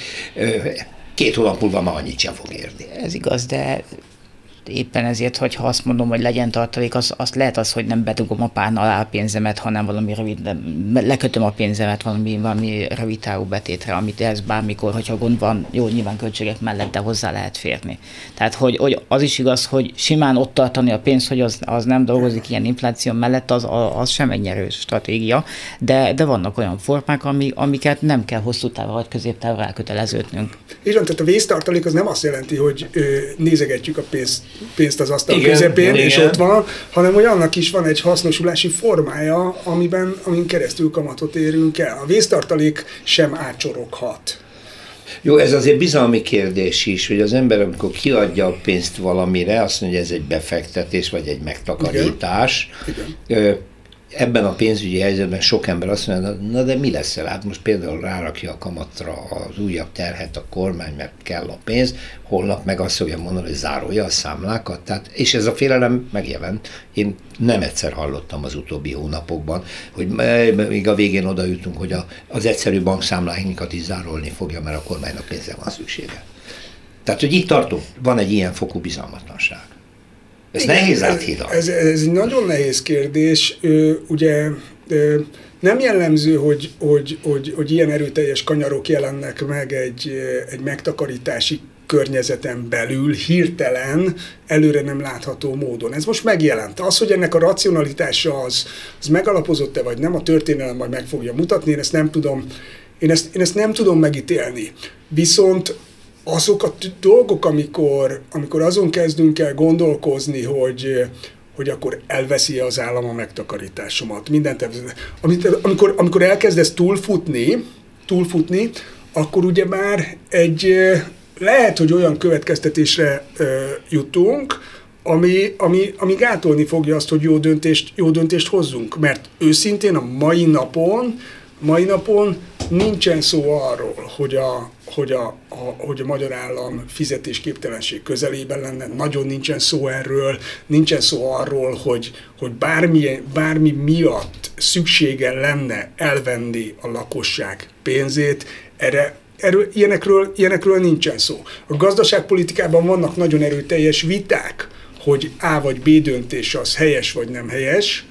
2 hónap múlva már annyit sem fog érni. Ez igaz, de éppen ezért, hogyha azt mondom, hogy legyen tartalék, azt lehet az, hogy nem bedugom a párna alá a pénzemet, hanem valami lekötöm a pénzemet valami rövid távú betétre, amit ez bármikor, hogyha gond van, jó, nyilván költségek mellett, de hozzá lehet férni. Tehát, hogy az is igaz, hogy simán ott tartani a pénzt, hogy az nem dolgozik ilyen infláció mellett, az sem egy nyerős stratégia, de vannak olyan formák, amiket nem kell hosszú távra vagy középtávra elköteleződnünk. És tehát a vésztartalék az nem azt jelenti, hogy nézegetjük a pénzt az asztal közepén, és ott van, hanem hogy annak is van egy hasznosulási formája, amin keresztül kamatot érünk el. A vésztartalék sem átcsoroghat. Jó, ez azért bizalmi kérdés is, hogy az ember, amikor kiadja a pénzt valamire, azt mondja, hogy ez egy befektetés, vagy egy megtakarítás. Igen. Ebben a pénzügyi helyzetben sok ember azt mondja, na de mi lesz el? Hát most például rárakja a kamatra az újabb terhet a kormány, mert kell a pénz, holnap meg azt fogja mondani, hogy zárolja a számlákat. Tehát, és ez a félelem megjelent. Én nem egyszer hallottam az utóbbi hónapokban, hogy még a végén odajutunk, hogy az egyszerű bankszámláinkat is zárolni fogja, mert a kormánynak pénzre van szüksége. Tehát, hogy itt tartunk, van egy ilyen fokú bizalmatlanság. Ez igen, nehéz áthidalni. Ez egy nagyon nehéz kérdés. Ugye nem jellemző, hogy ilyen erőteljes kanyarok jelennek meg egy megtakarítási környezeten belül hirtelen, előre nem látható módon. Ez most megjelent. Az, hogy ennek a racionalitása az megalapozott-e vagy nem, a történelem majd meg fogja mutatni, én ezt nem tudom, én ezt nem tudom megítélni. Viszont azok a dolgok, amikor azon kezdünk el gondolkozni, hogy akkor elveszi az állam a megtakarításomat. Amikor elkezdesz túlfutni, akkor ugye már lehet, hogy olyan következtetésre jutunk, ami gátolni fogja azt, hogy jó döntést hozzunk. Mert őszintén a mai napon nincsen szó arról, hogy a magyar állam fizetésképtelenség közelében lenne, nagyon nincsen szó erről, nincsen szó arról, hogy bármi miatt szüksége lenne elvenni a lakosság pénzét, ilyenekről nincsen szó. A gazdaságpolitikában vannak nagyon erőteljes viták, hogy A vagy B döntés az helyes vagy nem helyes,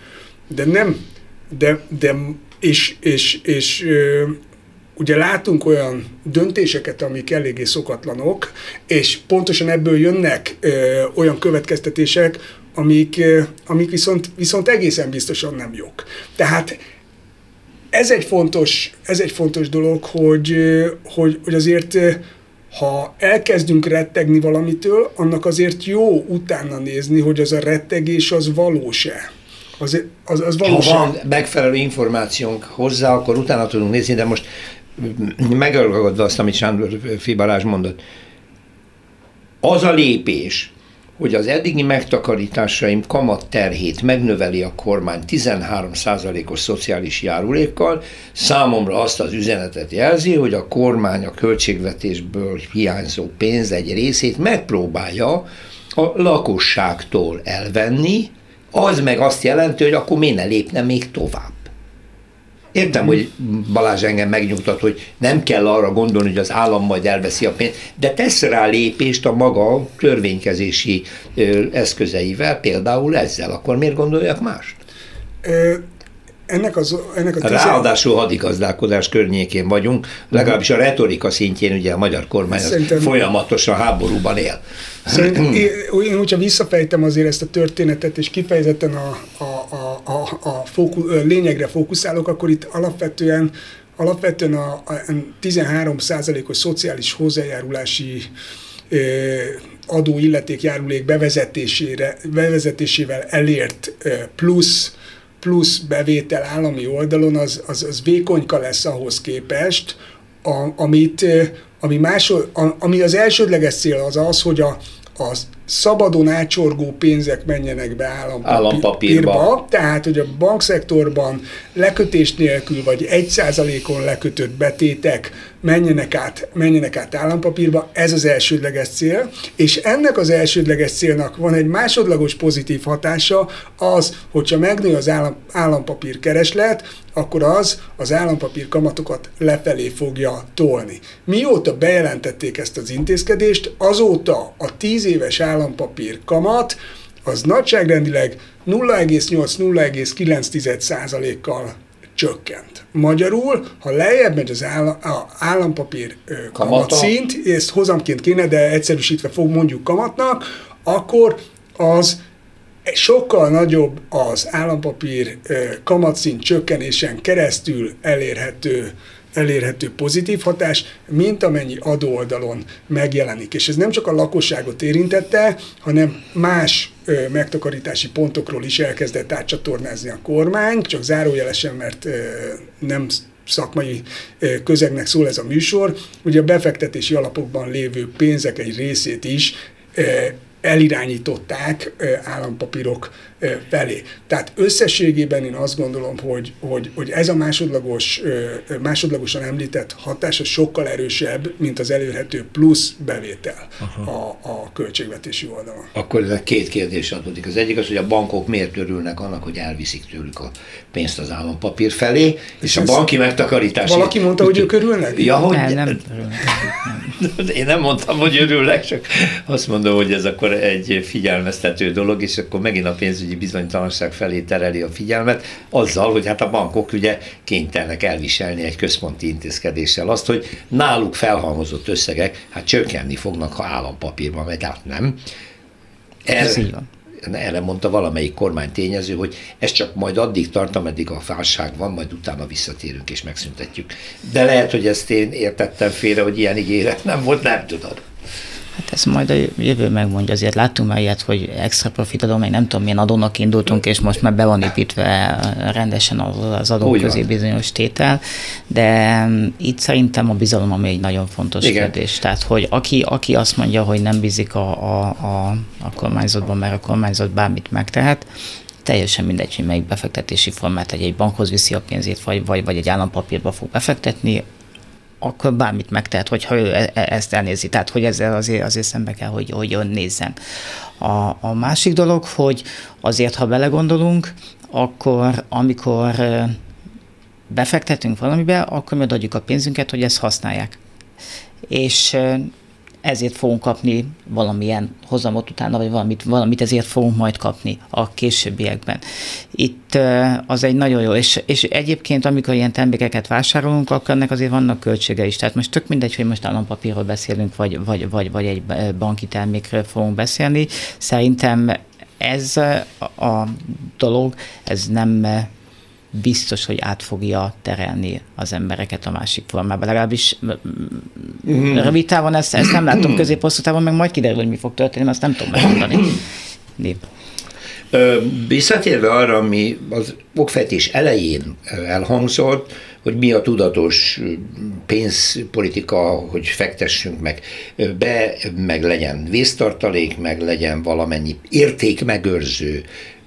ugye látunk olyan döntéseket, amik eléggé szokatlanok, és pontosan ebből jönnek olyan következtetések, amik viszont egészen biztosan nem jók. Tehát ez egy fontos dolog, hogy azért ha elkezdünk rettegni valamitől, annak azért jó utána nézni, hogy az a rettegés az valós-e. Az valós. Ha van megfelelő információnk hozzá, akkor utána tudunk nézni, de most megragadva azt, amit Sándor Balázs mondott. Az a lépés, hogy az eddigi megtakarításaim kamatterhét megnöveli a kormány 13%-os szociális járulékkal, számomra azt az üzenetet jelzi, hogy a kormány a költségvetésből hiányzó pénz egy részét megpróbálja a lakosságtól elvenni, az meg azt jelenti, hogy akkor miért ne lépne még tovább. Értem, hogy Balázs engem megnyugtat, hogy nem kell arra gondolni, hogy az állam majd elveszi a pénzt, de tesz rá lépést a maga törvénykezési eszközeivel, például ezzel. Akkor miért gondoljak mást? Ráadásul hadigazdálkodás környékén vagyunk, legalábbis a retorika szintjén ugye a magyar kormány folyamatosan háborúban él. Én hogyha visszafejtem azért ezt a történetet, és kifejezetten lényegre fókuszálok, akkor itt alapvetően a 13%-os szociális hozzájárulási adóilletékjárulék bevezetésével elért plusz bevétel állami oldalon, az vékonyka lesz ahhoz képest, ami az elsődleges cél az, hogy a szabadon átcsorgó pénzek menjenek be állampapírba, tehát hogy a bankszektorban lekötés nélkül vagy 1%-on lekötött betétek menjenek át állampapírba, ez az elsődleges cél, és ennek az elsődleges célnak van egy másodlagos pozitív hatása, az, hogyha megnő az állampapír kereslet, akkor az állampapír kamatokat lefelé fogja tolni. Mióta bejelentették ezt az intézkedést, azóta a 10 éves állampapír kamat az nagyságrendileg 0,8-0,9%-kal csökkent. Magyarul, ha lejjebb megy az állampapír kamatszint, ezt hozamként kéne, de egyszerűsítve mondjuk kamatnak, akkor az sokkal nagyobb az állampapír kamatszint csökkenésen keresztül elérhető pozitív hatás, mint amennyi adóoldalon megjelenik. És ez nem csak a lakosságot érintette, hanem más megtakarítási pontokról is elkezdett átcsatornázni a kormány, csak zárójelesen, mert nem szakmai közegnek szól ez a műsor, ugye a befektetési alapokban lévő pénzek egy részét is elirányították állampapírok felé. Tehát összességében én azt gondolom, hogy ez a másodlagosan említett hatása sokkal erősebb, mint az elérhető plusz bevétel a költségvetési oldalon. Akkor ez két kérdés adódik. Az egyik az, hogy a bankok miért örülnek annak, hogy elviszik tőlük a pénzt az állampapír felé, és a banki megtakarítás. Valaki mondta, hogy ők örülnek? Ja, hogy nem. Én nem mondtam, hogy örülnek, csak azt mondom, hogy ez akkor egy figyelmeztető dolog, és akkor megint a pénzügyi bizonytalanság felé tereli a figyelmet, azzal, hogy hát a bankok ugye kénytelenek elviselni egy központi intézkedéssel azt, hogy náluk felhalmozott összegek hát csökkenni fognak, ha állampapírban megy át, nem? Erre mondta valamelyik kormánytényező, hogy ez csak majd addig tart, ameddig a válság van, majd utána visszatérünk és megszüntetjük. De lehet, hogy ezt én értettem félre, hogy ilyen ígéret nem volt, nem tudom. Hát ezt majd a jövő megmondja, azért láttunk már ilyet, hogy extra profitadó, még nem tudom milyen adónak indultunk, és most már be van építve rendesen az adó közé bizonyos tétel, de itt szerintem a bizalom ami egy nagyon fontos kérdés. Tehát, hogy aki azt mondja, hogy nem bízik a kormányzatban, mert a kormányzat bármit megtehet, teljesen mindegy, hogy melyik befektetési formát egy bankhoz viszi a pénzét, vagy egy állampapírba fog befektetni, akkor bármit megtehet, hogyha ő ezt elnézi. Tehát, hogy ezzel azért szembe kell, hogy nézzen. A másik dolog, hogy azért, ha belegondolunk, akkor amikor befektetünk valamibe, akkor mi adjuk a pénzünket, hogy ezt használják. És ezért fogunk kapni valamilyen hozamot utána, vagy valamit ezért fogunk majd kapni a későbbiekben. Itt az egy nagyon jó, és egyébként amikor ilyen termékeket vásárolunk, akkor ennek azért vannak költsége is. Tehát most tök mindegy, hogy most állampapírról beszélünk, vagy egy banki termékről fogunk beszélni. Szerintem ez a dolog, ez nem biztos, hogy át fogja terelni az embereket a másik formába. Legalábbis rövid távon ezt nem látom, közép-hosszú távon meg majd kiderül, hogy mi fog történni, azt nem tudom megmondani. Visszatérve arra, ami az okfejtés elején elhangzott, hogy mi a tudatos pénzpolitika, hogy fektessünk meg legyen vésztartalék, meg legyen valamennyi értékmegőrző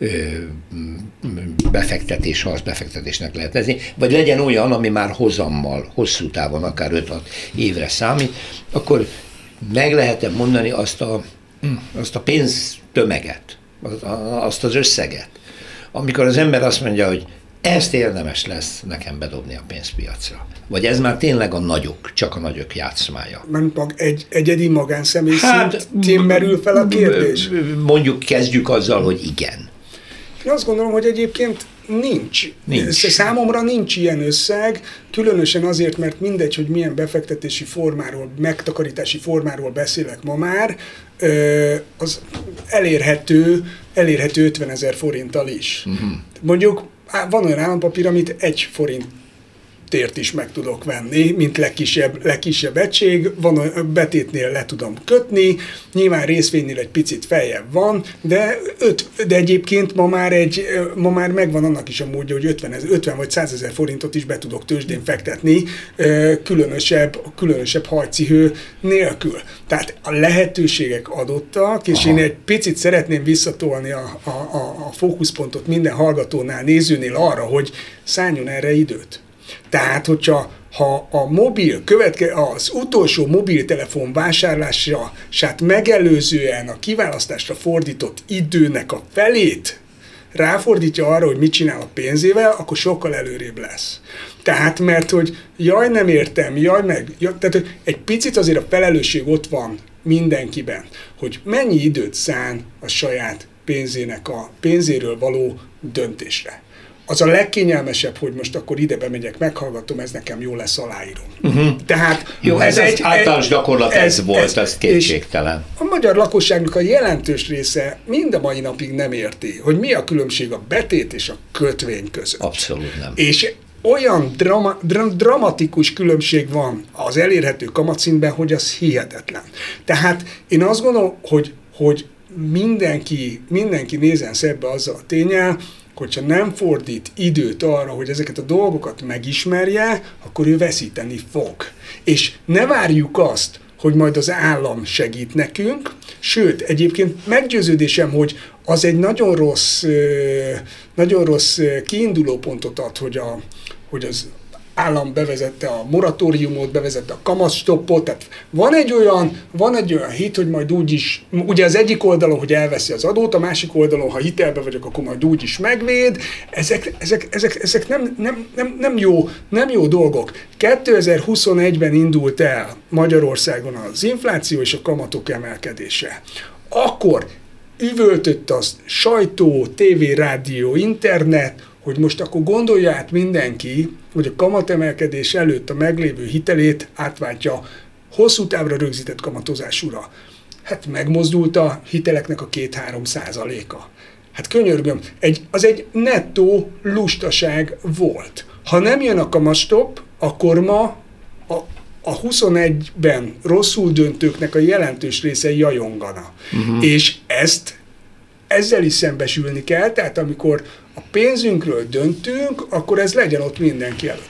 befektetés, ha azt befektetésnek lehet nevezni, vagy legyen olyan, ami már hozammal, hosszú távon, akár 5-6 évre számít, akkor meg lehet mondani azt a pénztömeget, azt az összeget, amikor az ember azt mondja, hogy ezt érdemes lesz nekem bedobni a pénzpiacra. Vagy ez már tényleg csak a nagyok játszmája. Egy egyedi magánszemély szintén merül fel a kérdés? Mondjuk kezdjük azzal, hogy igen. Én azt gondolom, hogy egyébként nincs. Számomra nincs ilyen összeg, különösen azért, mert mindegy, hogy milyen befektetési formáról, megtakarítási formáról beszélek ma már, az elérhető 50 000 forinttal is. Uh-huh. Mondjuk van olyan állampapír, amit 1 forintért is meg tudok venni, mint legkisebb egység, van betétnél le tudom kötni, nyilván részvénynél egy picit feljebb van, de egyébként ma már megvan annak is a módja, hogy 50 vagy 100 000 forintot is be tudok tőzsdén fektetni, különösebb hajcihő nélkül. Tehát a lehetőségek adottak, és én egy picit szeretném visszatolni a fókuszpontot minden hallgatónál, nézőnél arra, hogy szálljon erre időt. Tehát, hogyha az utolsó mobiltelefon vásárlását megelőzően a kiválasztásra fordított időnek a felét ráfordítja arra, hogy mit csinál a pénzével, akkor sokkal előrébb lesz. Tehát, mert hogy nem értem, tehát hogy egy picit azért a felelősség ott van mindenkiben, hogy mennyi időt szán a saját pénzéről való döntésre. Az a legkényelmesebb, hogy most akkor ide bemegyek, meghallgatom, ez nekem jó lesz, aláírom. Uh-huh. Tehát jó, ez egy általános gyakorlat, ez kétségtelen. A magyar lakosságnak a jelentős része mind a mai napig nem érti, hogy mi a különbség a betét és a kötvény között. Abszolút nem. És olyan dramatikus különbség van az elérhető kamatszintben, hogy az hihetetlen. Tehát én azt gondolom, hogy mindenki nézzen szembe azzal a ténnyel, hogyha nem fordít időt arra, hogy ezeket a dolgokat megismerje, akkor ő veszíteni fog. És ne várjuk azt, hogy majd az állam segít nekünk, sőt, egyébként meggyőződésem, hogy az egy nagyon rossz kiinduló pontot ad, hogy az állam bevezette a moratóriumot, bevezette a kamatstoppot, tehát van egy olyan hit, hogy majd úgyis, ugye az egyik oldalon, hogy elveszi az adót, a másik oldalon, ha hitelbe vagyok, akkor majd úgyis megvéd. Ezek nem jó dolgok. 2021-ben indult el Magyarországon az infláció és a kamatok emelkedése. Akkor üvöltött a sajtó, tévé, rádió, internet, hogy most akkor gondolja át mindenki, hogy a kamatemelkedés előtt a meglévő hitelét átváltja hosszú távra rögzített kamatozásúra. Hát megmozdult a hiteleknek a 2-3%. Hát könyörgöm, az egy nettó lustaság volt. Ha nem jön a kamatstopp, akkor ma a 21-ben rosszul döntőknek a jelentős része jajongana. És ezzel is szembesülni kell, tehát amikor a pénzünkről döntünk, akkor ez legyen ott mindenki előtt.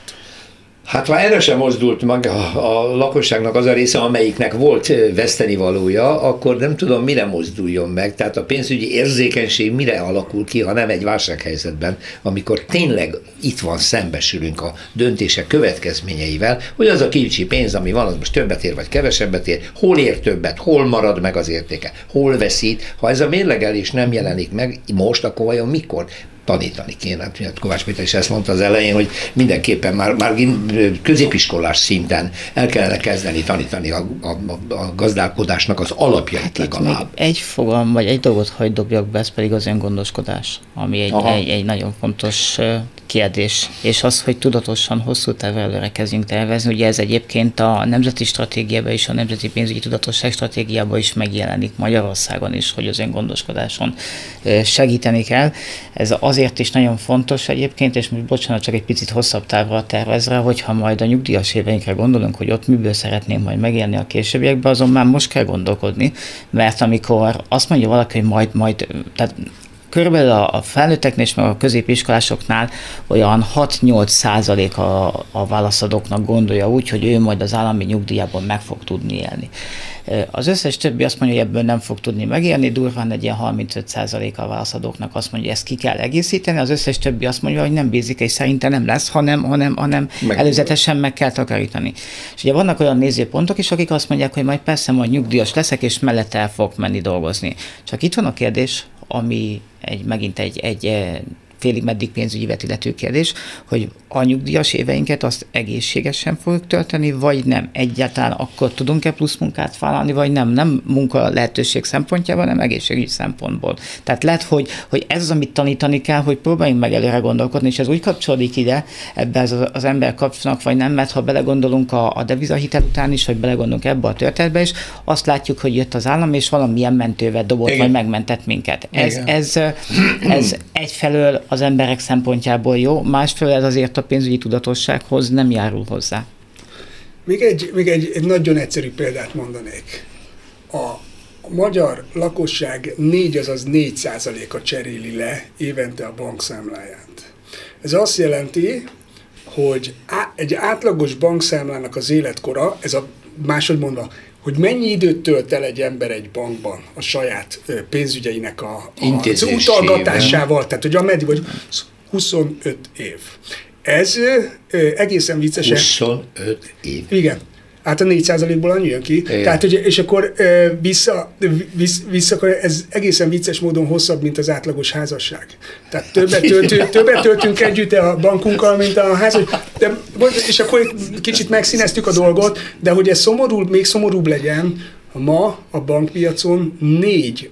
Hát ha erre sem mozdult meg a lakosságnak az a része, amelyiknek volt vesztenivalója, akkor nem tudom, mire mozduljon meg. Tehát a pénzügyi érzékenység mire alakul ki, ha nem egy válsághelyzetben, amikor tényleg itt van, szembesülünk a döntések következményeivel, hogy az a kicsi pénz, ami van, az most többet ér, vagy kevesebbet ér, hol ér többet, hol marad meg az értéke, hol veszít. Ha ez a mérlegelés nem jelenik meg most, akkor vajon mikor? Tanítani kéne. Kovács Péter is ezt mondta az elején, hogy mindenképpen már középiskolás szinten el kellene kezdeni tanítani a gazdálkodásnak az alapjait legalább. Egy fogalom, vagy egy dolgot hagy dobjak be, ez pedig az öngondoskodás, ami egy nagyon fontos kérdés, és az, hogy tudatosan hosszú távra előre kezdjünk tervezni. Ugye ez egyébként a nemzeti stratégiában és a nemzeti pénzügyi tudatosság stratégiában is megjelenik Magyarországon is, hogy az öngondoskodáson segíteni kell. Ez azért is nagyon fontos egyébként, és most bocsánat, csak egy picit hosszabb távra tervezve, hogyha majd a nyugdíjas éveinkre gondolunk, hogy ott miből szeretnénk majd megélni a későbbiekben, azon már most kell gondolkodni, mert amikor azt mondja valaki, hogy majd tehát körülbelül a felnőtteknél és meg a középiskolásoknál olyan 6-8% a válaszadóknak gondolja úgy, hogy ő majd az állami nyugdíjában meg fog tudni élni. Az összes többi azt mondja, hogy ebből nem fog tudni megélni, durván egy ilyen 35% a válaszadóknak azt mondja, hogy ezt ki kell egészíteni, az összes többi azt mondja, hogy nem bízik, és szerintem nem lesz, hanem előzetesen meg kell takarítani. És ugye vannak olyan nézőpontok is, akik azt mondják, hogy majd persze majd nyugdíjas leszek, és mellette el fogok menni dolgozni. Csak itt van a kérdés, ami megint egy félig meddig pénzügyi vetületű kérdés, hogy a nyugdíjas éveinket azt egészségesen fogjuk tölteni, vagy nem? Egyáltalán akkor tudunk-e plusz munkát vállalni, vagy nem? Nem munka lehetőség szempontjából, hanem egészségügyi szempontból. Tehát lehet, hogy ez az, amit tanítani kell, hogy próbáljunk meg előre gondolkodni, és ez úgy kapcsolódik ide, ebbe az ember kapcsolatnak, vagy nem, mert ha belegondolunk a devizahitel után is, vagy belegondolunk ebbe a történetbe is, azt látjuk, hogy jött az állam, és valamilyen mentővel dobott, vagy megmentett minket. Ez egyfelől az emberek szempontjából jó, másfelől ez azért a pénzügyi tudatossághoz nem járul hozzá. Még egy nagyon egyszerű példát mondanék. A magyar lakosság 4% cseréli le évente a bankszámláját. Ez azt jelenti, hogy egy átlagos bankszámlának az életkora, ez a máshogy mondva, hogy mennyi időt tölt el egy ember egy bankban a saját pénzügyeinek az utalgatásával, tehát hogy ameddig vagy 25 év. Ez egészen vicces. 25 év. Igen. Hát a 4%-ból annyi jön ki. Igen. Tehát, ugye, és akkor vissza, ez egészen vicces módon hosszabb, mint az átlagos házasság. Tehát többet töltünk együtt a bankunkkal, mint a házasság. És akkor kicsit megszíneztük a dolgot, de hogy ez még szomorúbb legyen, ma a bankpiacon 4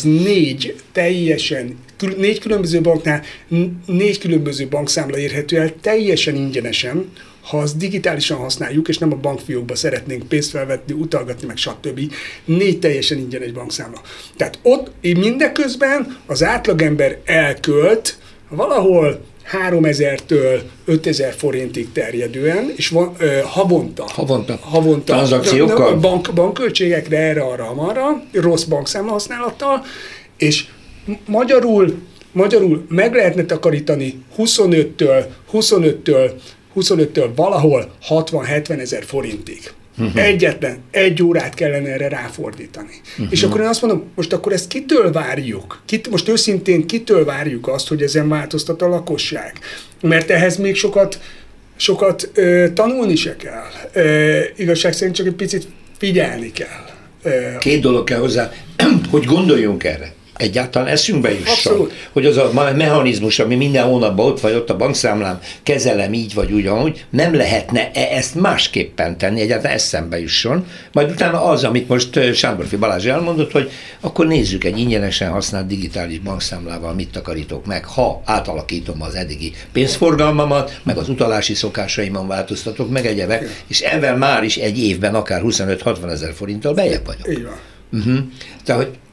különböző banknál 4 különböző bankszámla érhető el teljesen ingyenesen, ha azt digitálisan használjuk, és nem a bankfiókba szeretnénk pénzt felvetni, utalgatni, meg stb. 4 teljesen ingyenes bankszámla. Tehát ott mindeközben az átlagember elkölt valahol 3000-től 5000 forintig terjedően, és havonta tranzakciókkal? Bankköltségekre, erre-arra, rossz bankszámla használattal, és magyarul meg lehetne takarítani 25-től valahol 60-70 ezer forintig. Egyetlen 1 órát kellene erre ráfordítani. És akkor én azt mondom, most akkor ezt kitől várjuk? Most őszintén kitől várjuk azt, hogy ezen változtat a lakosság? Mert ehhez még sokat tanulni se kell. Igazság szerint csak egy picit figyelni kell. 2 dolog kell hozzá, hogy gondoljunk erre. Egyáltalán eszünkbe jusson, hogy az a mechanizmus, ami minden hónapban ott vagy ott a bankszámlám, kezelem így vagy úgy, amúgy, nem lehetne ezt másképpen tenni, egyáltalán eszembe jusson. Majd utána az, amit most Sándorfi Balázs elmondott, hogy akkor nézzük egy ingyenesen használt digitális bankszámlával, mit takarítok meg, ha átalakítom az eddigi pénzforgalmamat, meg az utalási szokásaimon változtatok, meg egyebek, és ebben már is egy évben akár 25-60 ezer forinttal bejebb vagyok. Így van. Tehát, hogy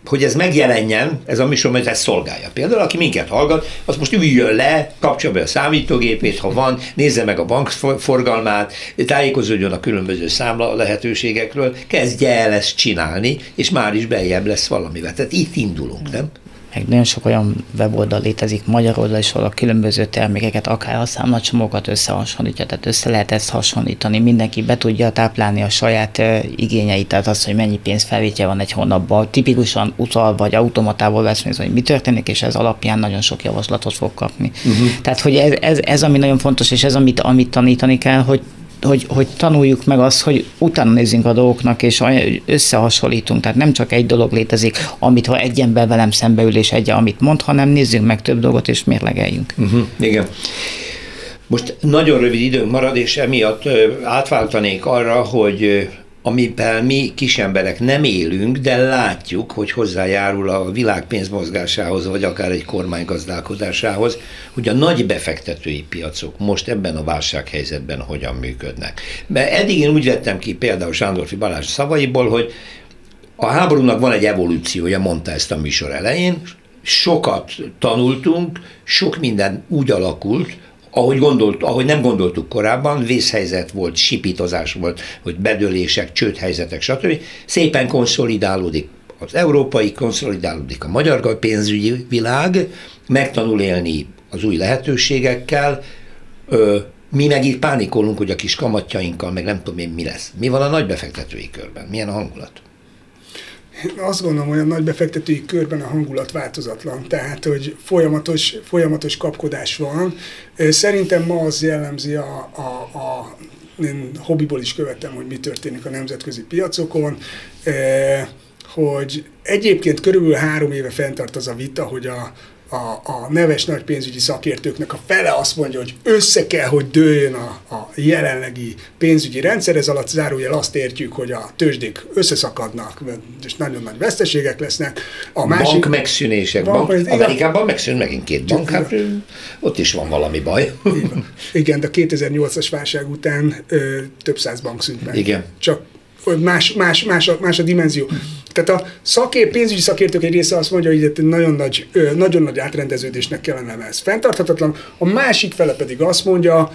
hogy ez megjelenjen, ez a műsor, mert ez szolgálja. Például, aki minket hallgat, az most üljön le, kapcsolja be a számítógépét, ha van, nézze meg a bankforgalmát, tájékozódjon a különböző számla lehetőségekről, kezdje el ezt csinálni, és már is beljebb lesz valamivel. Tehát itt indulunk, nem? Meg nagyon sok olyan weboldal létezik, magyar oldal is, ahol a különböző termékeket, akár a számlacsomókat összehasonlítja, tehát össze lehet ezt hasonlítani, mindenki be tudja táplálni a saját igényeit, tehát az, hogy mennyi pénzfelvétel van egy hónapban, tipikusan utal vagy automatával vesz, hogy mi történik, és ez alapján nagyon sok javaslatot fog kapni. Tehát, hogy ez ami nagyon fontos, és ez, amit tanítani kell, hogy tanuljuk meg azt, hogy utána nézzünk a dolgoknak, és összehasonlítunk. Tehát nem csak egy dolog létezik, amit ha egy ember velem szembeül, és egy, amit mond, hanem nézzünk meg több dolgot, és mérlegeljünk. Igen. Most nagyon rövid időnk marad, és emiatt átváltanék arra, hogy amiben mi kisemberek nem élünk, de látjuk, hogy hozzájárul a világ pénzmozgásához, vagy akár egy kormány gazdálkodásához, hogy a nagy befektetői piacok most ebben a válsághelyzetben hogyan működnek. Mert eddig én úgy vettem ki például Sándorfi Balázs szavaiból, hogy a háborúnak van egy evolúciója, mondta ezt a műsor elején, sokat tanultunk, sok minden úgy alakult, ahogy nem gondoltuk korábban, vészhelyzet volt, sipítozás volt, hogy bedőlések, csődhelyzetek, stb. Szépen konszolidálódik az európai, konszolidálódik a magyar pénzügyi világ, megtanul élni az új lehetőségekkel, mi meg itt pánikolunk, hogy a kis kamatjainkkal, meg nem tudom én mi lesz. Mi van a nagy befektetői körben? Milyen a hangulat? Én azt gondolom, hogy a nagy befektetői körben a hangulat változatlan, tehát hogy folyamatos kapkodás van. Szerintem ma az jellemzi én hobbiból is követtem, hogy mi történik a nemzetközi piacokon, hogy egyébként körülbelül 3 éve fenntart az a vita, hogy a neves nagy pénzügyi szakértőknek a fele azt mondja, hogy össze kell, hogy dőljön a jelenlegi pénzügyi rendszer, ez alatt zárójel azt értjük, hogy a tőzsdék összeszakadnak, és nagyon nagy veszteségek lesznek. A másik, bank megszűnések. Amerikában megszűn megint 2 bank, hát ott is van valami baj. Igen, de a 2008-as válság után több száz bank szűnt meg. Igen. Csak más a dimenzió. Tehát a pénzügyi szakértők egy része azt mondja, hogy nagyon nagy átrendeződésnek kellene, ez fenntarthatatlan. A másik fele pedig azt mondja,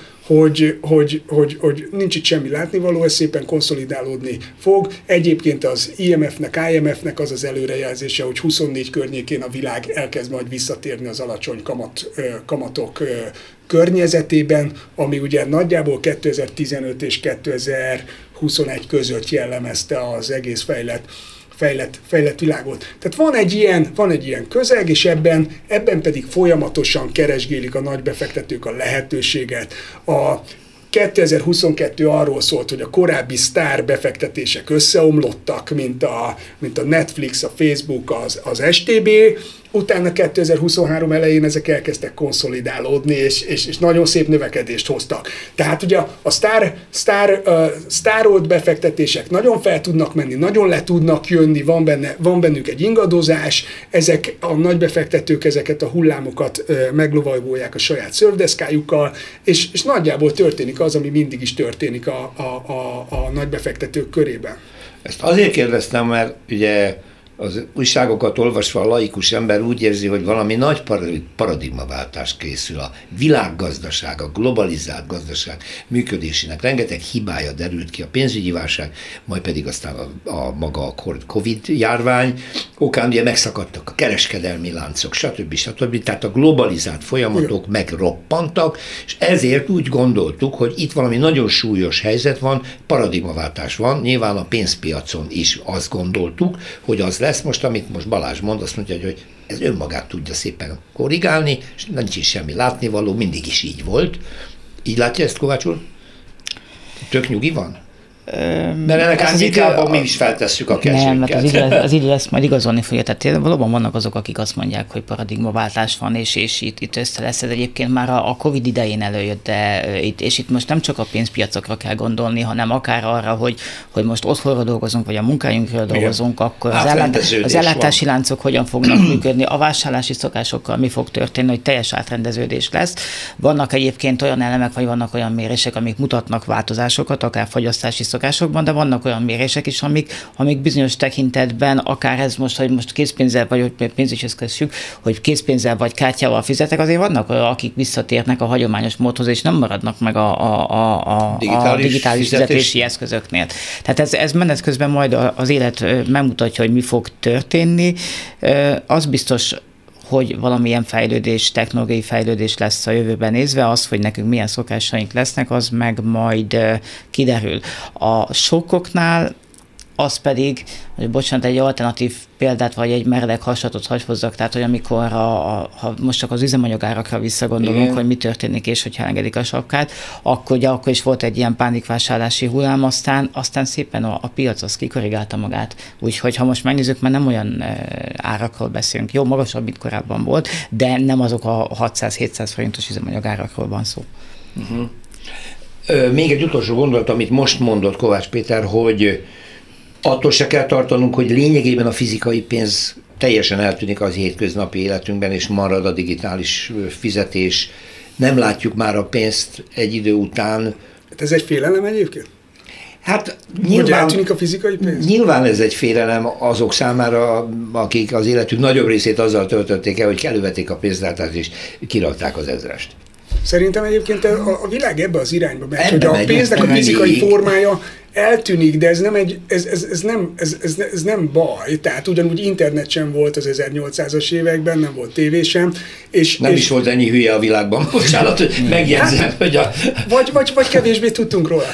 hogy nincs itt semmi látnivaló, ez szépen konszolidálódni fog. Egyébként az IMF-nek az előrejelzése, hogy 24 környékén a világ elkezd majd visszatérni az alacsony kamatok környezetében, ami ugye nagyjából 2015 és 2021 között jellemezte az egész fejlett világot. Tehát van egy ilyen közeg, és ebben pedig folyamatosan keresgélik a nagy befektetők a lehetőséget. A 2022 arról szólt, hogy a korábbi sztár befektetések összeomlottak, mint a Netflix, a Facebook, az STB, utána 2023 elején ezek elkezdtek konszolidálódni, és nagyon szép növekedést hoztak. Tehát ugye a sztárolt befektetések nagyon fel tudnak menni, nagyon le tudnak jönni, van bennük egy ingadozás, ezek a nagy befektetők ezeket a hullámokat meglovagolják a saját szörfdeszkájukkal, és nagyjából történik az, ami mindig is történik a nagy befektetők körében. Ezt azért kérdeztem, mert ugye az újságokat olvasva a laikus ember úgy érzi, hogy valami nagy paradigmaváltás készül. A világgazdaság, a globalizált gazdaság működésének rengeteg hibája derült ki, a pénzügyi válság, majd pedig aztán a maga a Covid járvány okán ugye megszakadtak a kereskedelmi láncok, stb. Tehát a globalizált folyamatok megroppantak, és ezért úgy gondoltuk, hogy itt valami nagyon súlyos helyzet van, paradigmaváltás van, nyilván a pénzpiacon is azt gondoltuk, hogy az lesz most, amit most Balázs mond, azt mondja, hogy ez önmagát tudja szépen korrigálni, és nincs is semmi látnivaló, mindig is így volt. Így látja ezt, Kovács úr? Tök nyugi van? Mert ennek árnyékában mi is feltesszük a kezünket. Nem, az idő lesz majd igazolni fogja. Tehát valóban vannak azok, akik azt mondják, hogy paradigmaváltás van, és itt össze lesz. Ez egyébként már a Covid idején előjött, de itt most nem csak a pénzpiacokra kell gondolni, hanem akár arra, hogy most otthonról dolgozunk, vagy a munkájunkról dolgozunk, akkor az ellátási láncok hogyan fognak működni, a vásárlási szokásokkal mi fog történni, hogy teljes átrendeződés lesz. Vannak egyébként olyan elemek, vagy vannak olyan mérések, amik mutatnak változásokat, akár fogyasztási szokásokban, de vannak olyan mérések is, amik bizonyos tekintetben, akár ez most, hogy most készpénzzel vagy pénzügyhöz kössük, hogy készpénzzel vagy kártyával fizetek, azért vannak olyan, akik visszatérnek a hagyományos módhoz, és nem maradnak meg a digitális fizetési eszközöknél. Tehát ez menet közben majd az élet megmutatja, hogy mi fog történni. Az biztos, hogy valamilyen fejlődés, technológiai fejlődés lesz a jövőben nézve, az, hogy nekünk milyen szokásaink lesznek, az meg majd kiderül. A sokkoknál az pedig, hogy bocsánat, egy alternatív példát, vagy egy meredek hasonlatot hagy hozzak, tehát, hogy amikor ha most csak az üzemanyagárakra visszagondolunk, igen, hogy mi történik, és hogyha engedik a sapkát, akkor is volt egy ilyen pánikvásárlási hullám, aztán szépen a piac az kikorrigálta magát. Úgyhogy ha most megnézzük, mert nem olyan árakról beszélünk. Jó, magasabb, mint korábban volt, de nem azok a 600-700 forintos üzemanyagárakról van szó. Még egy utolsó gondolat, amit most mondott Kovács Péter, hogy attól se kell tartanunk, hogy lényegében a fizikai pénz teljesen eltűnik az hétköznapi életünkben, és marad a digitális fizetés. Nem látjuk már a pénzt egy idő után. Hát ez egy félelem egyébként? Hát hogy eltűnik a fizikai pénz? Nyilván ez egy félelem azok számára, akik az életük nagyobb részét azzal töltötték el, hogy elővették a pénztárcát és kirakták az ezrest. Szerintem egyébként a világ ebbe az irányba megy, hogy a pénznek a fizikai formája eltűnik, de ez nem baj. Tehát ugyanúgy internet sem volt az 1800-as években, nem volt tévé sem. Nem is volt ennyi hülye a világban. Bocsánat, hogy megjegyzem, hogy Vagy kevésbé tudtunk róla.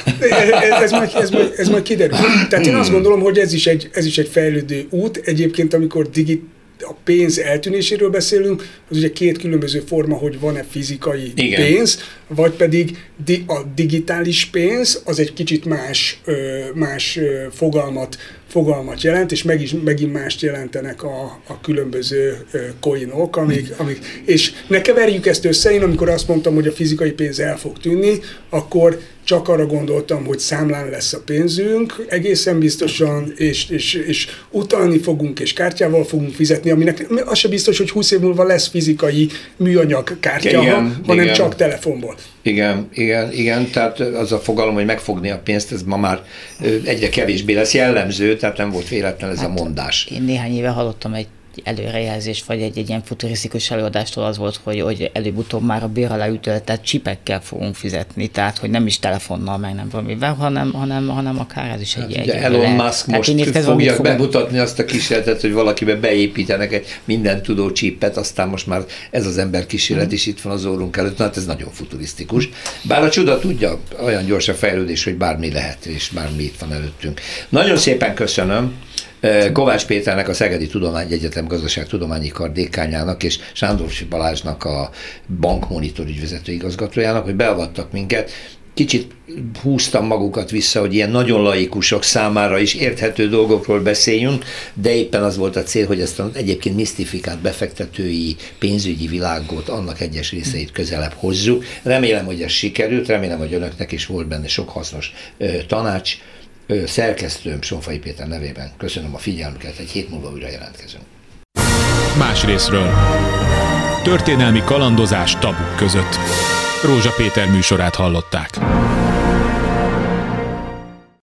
Ez majd kiderül. Tehát én azt gondolom, hogy ez is egy fejlődő út. Egyébként, amikor a pénz eltűnéséről beszélünk, az ugye két különböző forma, hogy van-e fizikai pénz, vagy pedig a digitális pénz, az egy kicsit más fogalmat jelent, és megint mást jelentenek a különböző coinok, és ne keverjük ezt össze, én amikor azt mondtam, hogy a fizikai pénz el fog tűnni, akkor csak arra gondoltam, hogy számlán lesz a pénzünk, egészen biztosan, és utalni fogunk, és kártyával fogunk fizetni, aminek az se biztos, hogy 20 év múlva lesz fizikai műanyag kártya, hanem csak telefonból. Igen, tehát az a fogalom, hogy megfogni a pénzt, ez ma már egyre kevésbé lesz jellemző, tehát nem volt véletlen ez a mondás. Én néhány éve hallottam egy előrejelzés, vagy egy ilyen futurisztikus előadástól az volt, hogy előbb-utóbb már a bér alá ütöltett csipekkel fogunk fizetni, tehát hogy nem is telefonnal, meg nem valamivel, hanem akár ez is egy Elon Musk most fogja bemutatni azt a kísérletet, hogy valakibe beépítenek egy mindent tudó csipet, aztán most már ez az ember kísérlet is itt van az órunk előtt, hát ez nagyon futurisztikus. Bár a csuda tudja, olyan gyors a fejlődés, hogy bármi lehet, és bármi itt van előttünk. Nagyon szépen köszönöm Kovács Péternek, a Szegedi Tudományegyetem Gazdaságtudományi Kar dékányának és Sándorffy Balázsnak, a Bankmonitor ügyvezető igazgatójának, hogy beavattak minket. Kicsit húztam magukat vissza, hogy ilyen nagyon laikusok számára is érthető dolgokról beszéljünk, de éppen az volt a cél, hogy ezt az egyébként misztifikált befektetői, pénzügyi világot, annak egyes részeit közelebb hozzuk. Remélem, hogy ez sikerült, remélem, hogy önöknek is volt benne sok hasznos tanács. Szerkesztőm Sonfai Péter nevében köszönöm a figyelmüket, egy hét múlva újra jelentkezünk. Más részről. Történelmi kalandozás tabuk között. Rózsa Péter műsorát hallották.